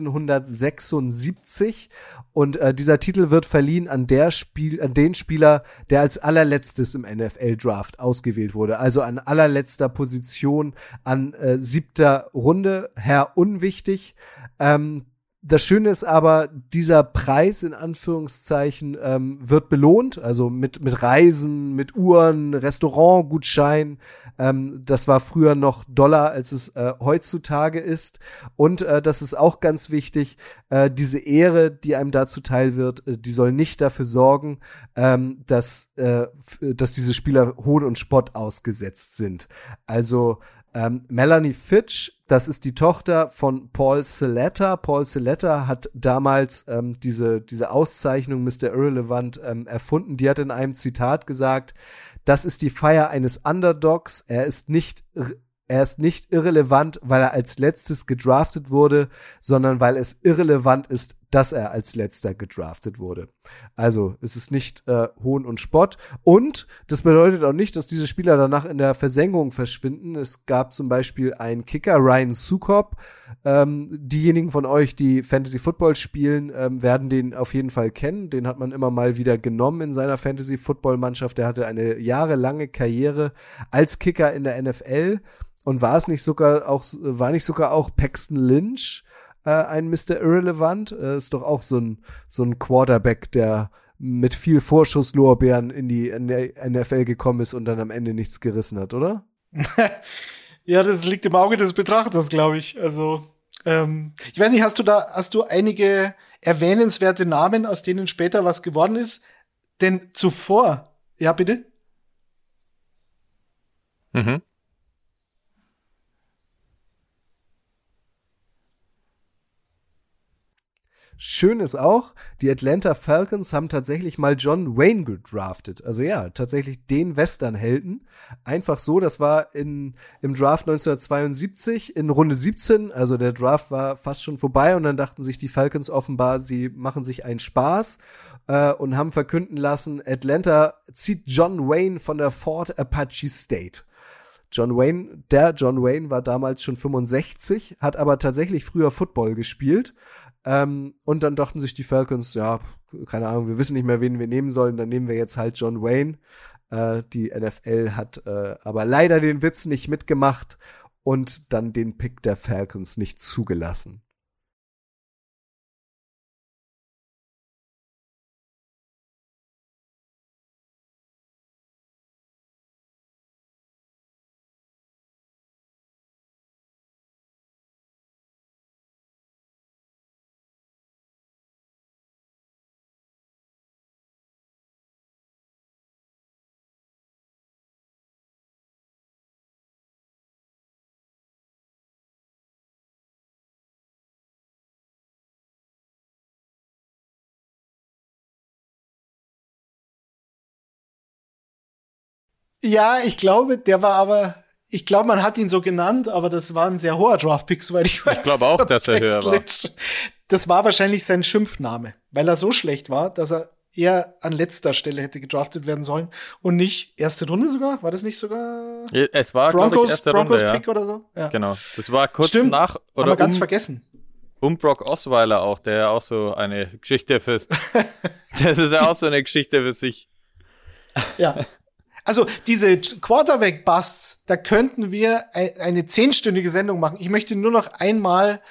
[SPEAKER 4] 1976 und dieser Titel wird verliehen an den Spieler, der als allerletztes im NFL-Draft ausgewählt wurde. Also an allerletzter Position, an 7. Runde, Herr Unwichtig. Das Schöne ist aber, dieser Preis in Anführungszeichen wird belohnt, also mit Reisen, mit Uhren, Restaurantgutschein. Das war früher noch Dollar, als es heutzutage ist. Und das ist auch ganz wichtig, diese Ehre, die einem da zuteil wird, die soll nicht dafür sorgen, dass diese Spieler Hohn und Spott ausgesetzt sind. Also Melanie Fitch, das ist die Tochter von Paul Saletta. Paul Saletta hat damals diese Auszeichnung Mr. Irrelevant erfunden. Die hat in einem Zitat gesagt, das ist die Feier eines Underdogs. Er ist nicht irrelevant, weil er als letztes gedraftet wurde, sondern weil es irrelevant ist, dass er als letzter gedraftet wurde. Also es ist nicht Hohn und Spott. Und das bedeutet auch nicht, dass diese Spieler danach in der Versenkung verschwinden. Es gab zum Beispiel einen Kicker, Ryan Sukop. Diejenigen von euch, die Fantasy Football spielen, werden den auf jeden Fall kennen. Den hat man immer mal wieder genommen in seiner Fantasy Football Mannschaft. Der hatte eine jahrelange Karriere als Kicker in der NFL. Und war nicht sogar auch Paxton Lynch ein Mr. Irrelevant? Ist doch auch so ein Quarterback, der mit viel Vorschusslorbeeren in die NFL gekommen ist und dann am Ende nichts gerissen hat, oder?
[SPEAKER 5] Ja, das liegt im Auge des Betrachters, glaube ich. Also, ich weiß nicht, hast du einige erwähnenswerte Namen, aus denen später was geworden ist? Denn zuvor, ja, bitte?
[SPEAKER 6] Mhm.
[SPEAKER 4] Schön ist auch, die Atlanta Falcons haben tatsächlich mal John Wayne gedraftet. Also ja, tatsächlich den Westernhelden. Einfach so, das war im Draft 1972 in Runde 17. Also der Draft war fast schon vorbei und dann dachten sich die Falcons offenbar, sie machen sich einen Spaß und haben verkünden lassen, Atlanta zieht John Wayne von der Fort Apache State. John Wayne war damals schon 65, hat aber tatsächlich früher Football gespielt. Und dann dachten sich die Falcons, ja, keine Ahnung, wir wissen nicht mehr, wen wir nehmen sollen, dann nehmen wir jetzt halt John Wayne. Die NFL hat aber leider den Witz nicht mitgemacht und dann den Pick der Falcons nicht zugelassen.
[SPEAKER 5] Ja, ich glaube, man hat ihn so genannt, aber das war ein sehr hoher Draft-Pick, soweit ich weiß.
[SPEAKER 6] Ich glaube auch, dass er höher war.
[SPEAKER 5] Das war wahrscheinlich sein Schimpfname, weil er so schlecht war, dass er eher an letzter Stelle hätte gedraftet werden sollen und nicht erste Runde sogar? War das nicht sogar
[SPEAKER 6] Es war, glaube ich, erste
[SPEAKER 5] Broncos
[SPEAKER 6] Runde,
[SPEAKER 5] Pick oder so? Ja.
[SPEAKER 6] Genau, das war kurz
[SPEAKER 5] Stimmt,
[SPEAKER 6] nach
[SPEAKER 5] oder haben wir ganz vergessen.
[SPEAKER 6] Brock Osweiler auch, der auch so eine Geschichte das ist ja auch so eine Geschichte für sich.
[SPEAKER 5] Ja. Also diese Quarterback-Busts, da könnten wir eine 10-stündige Sendung machen. Ich möchte nur noch einmal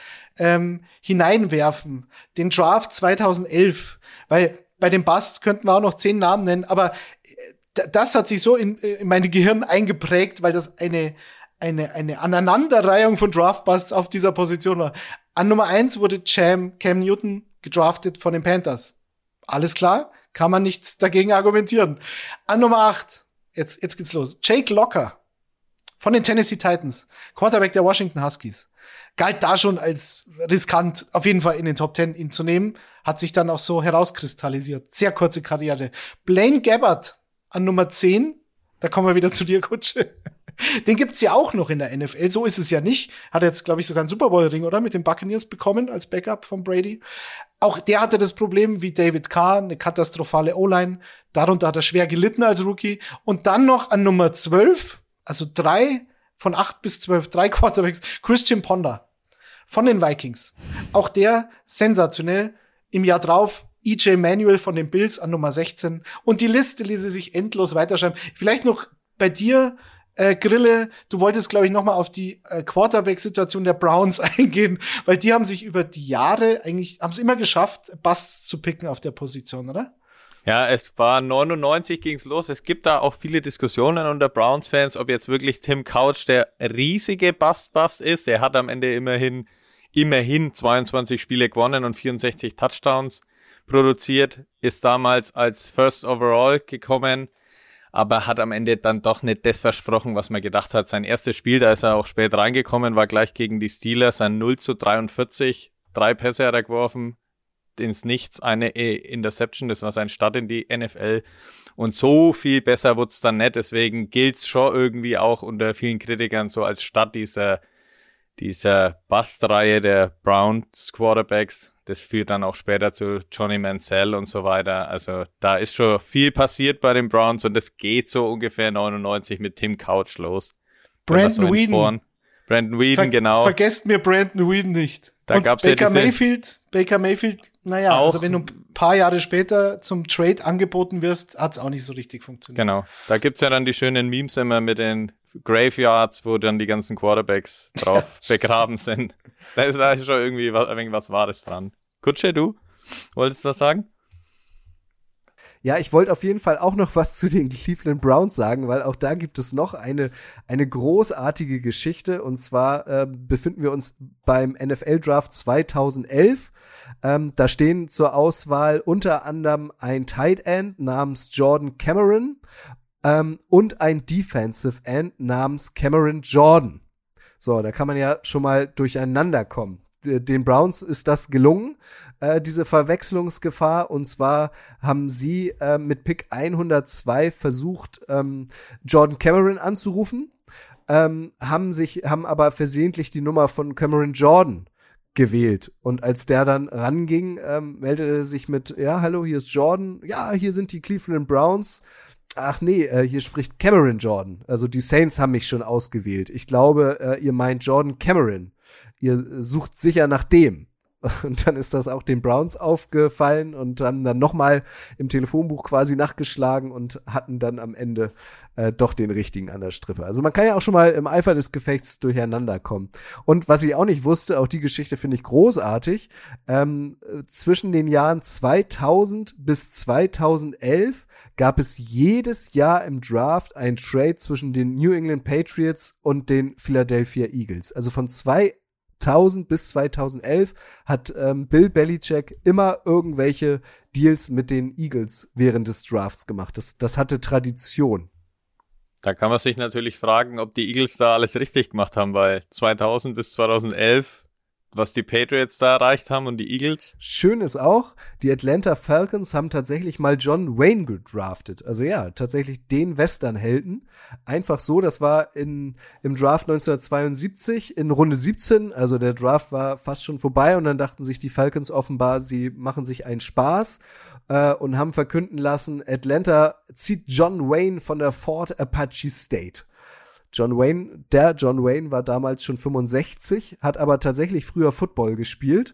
[SPEAKER 5] hineinwerfen, den Draft 2011, weil bei den Busts könnten wir auch noch 10 Namen nennen, aber das hat sich so in mein Gehirn eingeprägt, weil das eine Aneinanderreihung von Draft-Busts auf dieser Position war. An Nummer 1 wurde Cam Newton gedraftet von den Panthers. Alles klar, kann man nichts dagegen argumentieren. An Nummer 8 Jetzt geht's los. Jake Locker von den Tennessee Titans, Quarterback der Washington Huskies, galt da schon als riskant, auf jeden Fall in den Top 10 ihn zu nehmen, hat sich dann auch so herauskristallisiert. Sehr kurze Karriere. Blaine Gabbert an Nummer 10, da kommen wir wieder zu dir, Kutsche. Den gibt's ja auch noch in der NFL, so ist es ja nicht. Hat jetzt, glaube ich, sogar einen Super Bowl-Ring, oder? Mit den Buccaneers bekommen als Backup von Brady. Auch der hatte das Problem wie David Carr, eine katastrophale O-Line. Darunter hat er schwer gelitten als Rookie. Und dann noch an Nummer 12, also 3 von 8 bis 12, 3 Quarterbacks, Christian Ponder von den Vikings. Auch der sensationell. Im Jahr drauf EJ Manuel von den Bills an Nummer 16. Und die Liste ließe sich endlos weiterschreiben. Vielleicht noch bei dir, Grille, du wolltest, glaube ich, noch mal auf die Quarterback-Situation der Browns eingehen, weil die haben sich über die Jahre haben es immer geschafft, Busts zu picken auf der Position, oder?
[SPEAKER 6] Ja, es war 99 ging's los. Es gibt da auch viele Diskussionen unter Browns-Fans, ob jetzt wirklich Tim Couch der riesige Bust ist. Er hat am Ende immerhin 22 Spiele gewonnen und 64 Touchdowns produziert, ist damals als First Overall gekommen, aber hat am Ende dann doch nicht das versprochen, was man gedacht hat. Sein erstes Spiel, da ist er auch spät reingekommen, war gleich gegen die Steelers, ein 0-43, 3 Pässe hat er geworfen, ins Nichts, eine Interception, das war sein Start in die NFL und so viel besser wurde es dann nicht, deswegen gilt's schon irgendwie auch unter vielen Kritikern so als Start dieser Bust-Reihe der Browns Quarterbacks. das führt dann auch später zu Johnny Manziel und so weiter. Also da ist schon viel passiert bei den Browns und es geht so ungefähr 99 mit Tim Couch los.
[SPEAKER 5] Brandon Weeden.
[SPEAKER 6] Brandon Weeden, genau.
[SPEAKER 5] Vergesst mir Brandon Weeden nicht.
[SPEAKER 6] Da gab's Baker
[SPEAKER 5] Mayfield, naja, also wenn du ein paar Jahre später zum Trade angeboten wirst, hat's auch nicht so richtig funktioniert.
[SPEAKER 6] Genau, da gibt's ja dann die schönen Memes immer mit den Graveyards, wo dann die ganzen Quarterbacks drauf begraben sind. Da ist schon irgendwie irgendwas Wahres dran. Kutsche, du wolltest was sagen?
[SPEAKER 4] Ja, ich wollte auf jeden Fall auch noch was zu den Cleveland Browns sagen, weil auch da gibt es noch eine großartige Geschichte. Und zwar befinden wir uns beim NFL-Draft 2011. Da stehen zur Auswahl unter anderem ein Tight End namens Jordan Cameron und ein Defensive End namens Cameron Jordan. So, da kann man ja schon mal durcheinander kommen. Den Browns ist das gelungen, diese Verwechslungsgefahr. Und zwar haben sie mit Pick 102 versucht, Jordan Cameron anzurufen, haben aber versehentlich die Nummer von Cameron Jordan gewählt. Und als der dann ranging, meldete er sich mit, ja, hallo, hier ist Jordan. Ja, hier sind die Cleveland Browns. Ach nee, hier spricht Cameron Jordan. Also die Saints haben mich schon ausgewählt. Ich glaube, ihr meint Jordan Cameron. Ihr sucht sicher nach dem. Und dann ist das auch den Browns aufgefallen und haben dann nochmal im Telefonbuch quasi nachgeschlagen und hatten dann am Ende doch den richtigen an der Strippe. Also man kann ja auch schon mal im Eifer des Gefechts durcheinander kommen. Und was ich auch nicht wusste, auch die Geschichte finde ich großartig, zwischen den Jahren 2000 bis 2011 gab es jedes Jahr im Draft ein Trade zwischen den New England Patriots und den Philadelphia Eagles. Also von 2000 bis 2011 hat Bill Belichick immer irgendwelche Deals mit den Eagles während des Drafts gemacht. Das hatte Tradition.
[SPEAKER 6] Da kann man sich natürlich fragen, ob die Eagles da alles richtig gemacht haben, weil 2000 bis 2011, was die Patriots da erreicht haben und die Eagles.
[SPEAKER 4] Schön ist auch, die Atlanta Falcons haben tatsächlich mal John Wayne gedraftet. Also ja, tatsächlich den Westernhelden. Einfach so, das war im Draft 1972 in Runde 17. Also der Draft war fast schon vorbei und dann dachten sich die Falcons offenbar, sie machen sich einen Spaß und haben verkünden lassen, Atlanta zieht John Wayne von der Fort Apache State. John Wayne war damals schon 65, hat aber tatsächlich früher Football gespielt.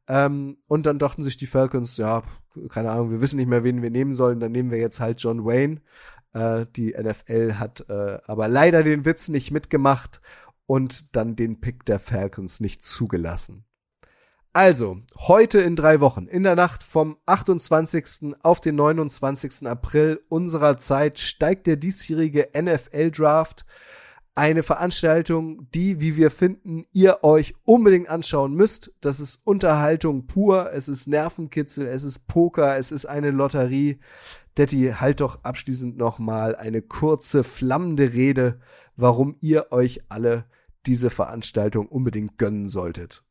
[SPEAKER 4] Und dann dachten sich die Falcons, ja, keine Ahnung, wir wissen nicht mehr, wen wir nehmen sollen, dann nehmen wir jetzt halt John Wayne. Die NFL hat aber leider den Witz nicht mitgemacht und dann den Pick der Falcons nicht zugelassen. Also, heute in 3 Wochen, in der Nacht vom 28. auf den 29. April unserer Zeit, steigt der diesjährige NFL-Draft. Eine Veranstaltung, die, wie wir finden, ihr euch unbedingt anschauen müsst. Das ist Unterhaltung pur, es ist Nervenkitzel, es ist Poker, es ist eine Lotterie. Detti, halt doch abschließend nochmal eine kurze, flammende Rede, warum ihr euch alle diese Veranstaltung unbedingt gönnen solltet.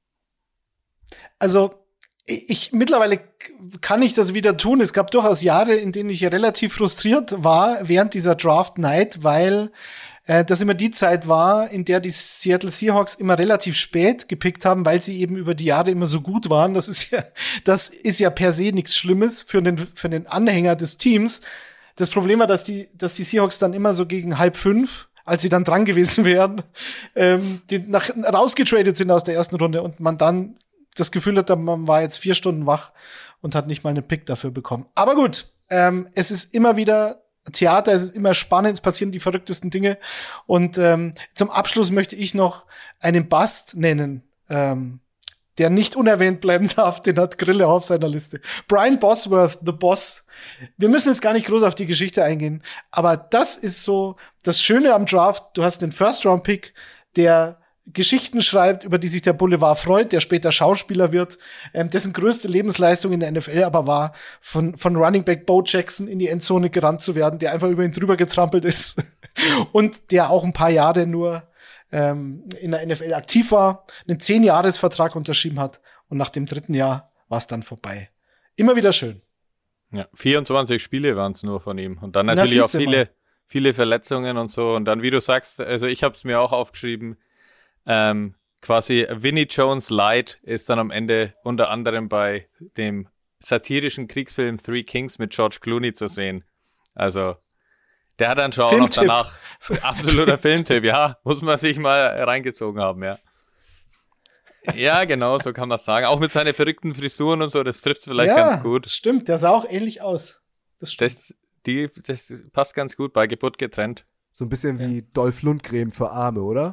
[SPEAKER 5] Also, mittlerweile kann ich das wieder tun. Es gab durchaus Jahre, in denen ich relativ frustriert war während dieser Draft Night, weil das immer die Zeit war, in der die Seattle Seahawks immer relativ spät gepickt haben, weil sie eben über die Jahre immer so gut waren. Das ist ja per se nichts Schlimmes für den Anhänger des Teams. Das Problem war, dass die Seahawks dann immer so gegen 4:30, als sie dann dran gewesen wären, rausgetradet sind aus der ersten Runde und man dann das Gefühl hat, man war jetzt 4 Stunden wach und hat nicht mal einen Pick dafür bekommen. Aber gut, es ist immer wieder Theater, es ist immer spannend, es passieren die verrücktesten Dinge. Und zum Abschluss möchte ich noch einen Bust nennen, der nicht unerwähnt bleiben darf, den hat Grille auf seiner Liste. Brian Bosworth, The Boss. Wir müssen jetzt gar nicht groß auf die Geschichte eingehen, aber das ist so das Schöne am Draft. Du hast den First-Round-Pick, der Geschichten schreibt, über die sich der Boulevard freut, der später Schauspieler wird, dessen größte Lebensleistung in der NFL aber war, von Running Back Bo Jackson in die Endzone gerannt zu werden, der einfach über ihn drüber getrampelt ist und der auch ein paar Jahre nur in der NFL aktiv war, einen 10-Jahres-Vertrag unterschrieben hat und nach dem 3. Jahr war es dann vorbei. Immer wieder schön.
[SPEAKER 6] Ja, 24 Spiele waren es nur von ihm und dann natürlich auch viele Verletzungen und so und dann, wie du sagst, also ich habe es mir auch aufgeschrieben, quasi Vinnie Jones Light ist dann am Ende unter anderem bei dem satirischen Kriegsfilm Three Kings mit George Clooney zu sehen. Also, der hat dann schon auch noch danach absoluter Filmtipp, ja, muss man sich mal reingezogen haben, ja. Ja, genau, so kann man sagen. Auch mit seinen verrückten Frisuren und so, das trifft es vielleicht ganz gut.
[SPEAKER 5] Das stimmt, der sah auch ähnlich aus. Das stimmt.
[SPEAKER 6] Das passt ganz gut, bei Geburt getrennt.
[SPEAKER 4] So ein bisschen wie Dolph Lundgren für Arme, oder?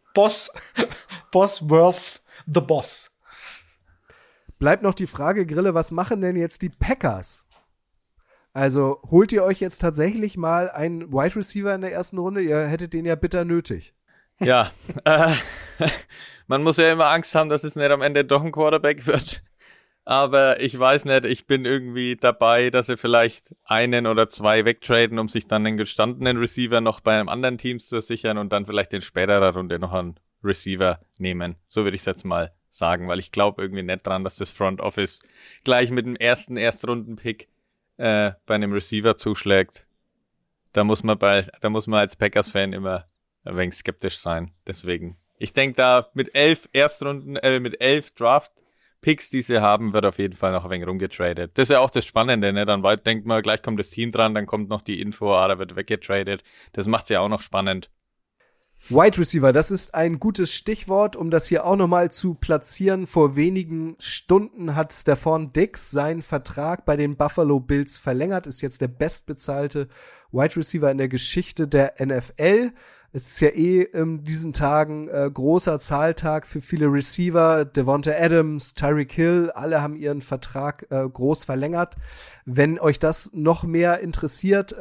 [SPEAKER 5] Bosworth the Boss.
[SPEAKER 4] Bleibt noch die Frage, Grille, was machen denn jetzt die Packers? Also holt ihr euch jetzt tatsächlich mal einen Wide Receiver in der ersten Runde? Ihr hättet den ja bitter nötig.
[SPEAKER 6] Ja, man muss ja immer Angst haben, dass es nicht am Ende doch ein Quarterback wird. Aber ich weiß nicht, ich bin irgendwie dabei, dass sie vielleicht einen oder zwei wegtraden, um sich dann den gestandenen Receiver noch bei einem anderen Team zu sichern und dann vielleicht in späterer Runde noch einen Receiver nehmen. So würde ich es jetzt mal sagen, weil ich glaube irgendwie nicht dran, dass das Front Office gleich mit dem Erstrunden-Pick bei einem Receiver zuschlägt. Da muss man als Packers-Fan immer ein wenig skeptisch sein. Deswegen, ich denke da mit 11 Draft-Picks, die sie haben, wird auf jeden Fall noch ein wenig rumgetradet. Das ist ja auch das Spannende, ne? Dann denkt man, gleich kommt das Team dran, dann kommt noch die Info, da wird weggetradet. Das macht es ja auch noch spannend.
[SPEAKER 4] Wide Receiver, das ist ein gutes Stichwort, um das hier auch nochmal zu platzieren. Vor wenigen Stunden hat Stefon Diggs seinen Vertrag bei den Buffalo Bills verlängert, ist jetzt der bestbezahlte Wide Receiver in der Geschichte der NFL. Es ist ja in diesen Tagen großer Zahltag für viele Receiver. Devonta Adams, Tyreek Hill, alle haben ihren Vertrag groß verlängert. Wenn euch das noch mehr interessiert,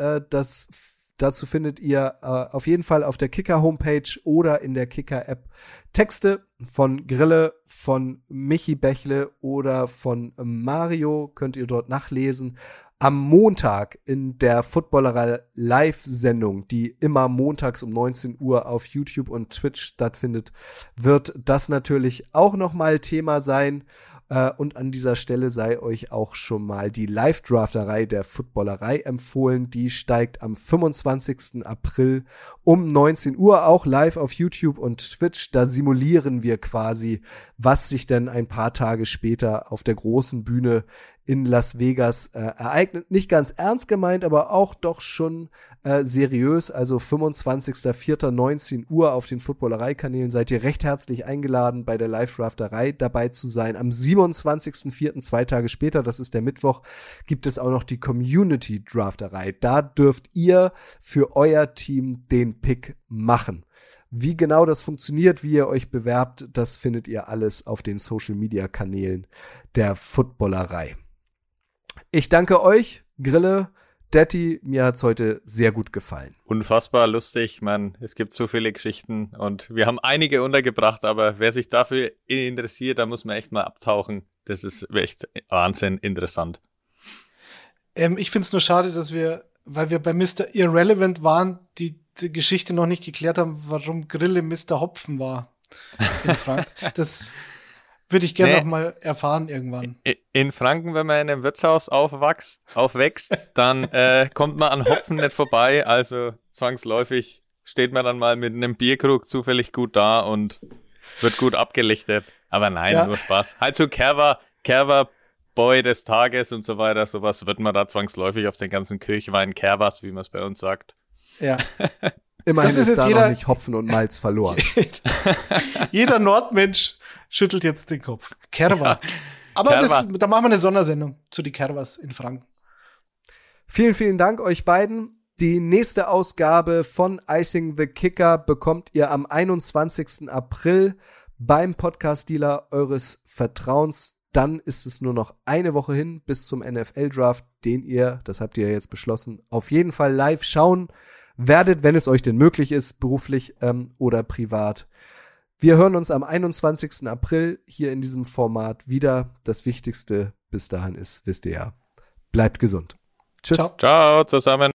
[SPEAKER 4] dazu findet ihr auf jeden Fall auf der Kicker-Homepage oder in der Kicker-App Texte von Grille, von Michi Bächle oder von Mario, könnt ihr dort nachlesen. Am Montag in der Footballerei Live-Sendung, die immer montags um 19 Uhr auf YouTube und Twitch stattfindet, wird das natürlich auch nochmal Thema sein. Und an dieser Stelle sei euch auch schon mal die Live-Drafterei der Footballerei empfohlen. Die steigt am 25. April um 19 Uhr auch live auf YouTube und Twitch. Da simulieren wir quasi, was sich denn ein paar Tage später auf der großen Bühne in Las Vegas ereignet. Nicht ganz ernst gemeint, aber auch doch schon seriös. Also 25.04.19 Uhr auf den Footballerei-Kanälen seid ihr recht herzlich eingeladen, bei der Live-Drafterei dabei zu sein. Am 27.04., 2 Tage später, das ist der Mittwoch, gibt es auch noch die Community-Drafterei. Da dürft ihr für euer Team den Pick machen. Wie genau das funktioniert, wie ihr euch bewerbt, das findet ihr alles auf den Social-Media-Kanälen der Footballerei. Ich danke euch, Grille, Detti, mir hat's heute sehr gut gefallen.
[SPEAKER 6] Unfassbar lustig, man. Es gibt so viele Geschichten und wir haben einige untergebracht, aber wer sich dafür interessiert, da muss man echt mal abtauchen. Das ist echt Wahnsinn interessant.
[SPEAKER 5] Ich find's nur schade, dass weil wir bei Mr. Irrelevant waren, die Geschichte noch nicht geklärt haben, warum Grille Mr. Hopfen war in Frank. Das würde ich gerne noch mal erfahren irgendwann.
[SPEAKER 6] In Franken, wenn man in einem Wirtshaus aufwächst, dann kommt man an Hopfen nicht vorbei. Also zwangsläufig steht man dann mal mit einem Bierkrug zufällig gut da und wird gut abgelichtet. Aber nein, nur Spaß. Halt so Kerwa-Boy des Tages und so weiter. Sowas wird man da zwangsläufig auf den ganzen Kirchwein Kerwas, wie man es bei uns sagt.
[SPEAKER 5] Ja.
[SPEAKER 4] Immerhin ist da noch nicht Hopfen und Malz verloren.
[SPEAKER 5] Jeder Nordmensch schüttelt jetzt den Kopf. Kerwa. Ja, aber da machen wir eine Sondersendung zu die Kerwas in Franken.
[SPEAKER 4] Vielen, vielen Dank euch beiden. Die nächste Ausgabe von Icing the Kicker bekommt ihr am 21. April beim Podcast-Dealer eures Vertrauens. Dann ist es nur noch eine Woche hin bis zum NFL-Draft, den ihr, das habt ihr ja jetzt beschlossen, auf jeden Fall live schauen werdet, wenn es euch denn möglich ist, beruflich oder privat. Wir hören uns am 21. April hier in diesem Format wieder. Das Wichtigste bis dahin ist, wisst ihr ja, bleibt gesund. Tschüss.
[SPEAKER 6] Ciao zusammen.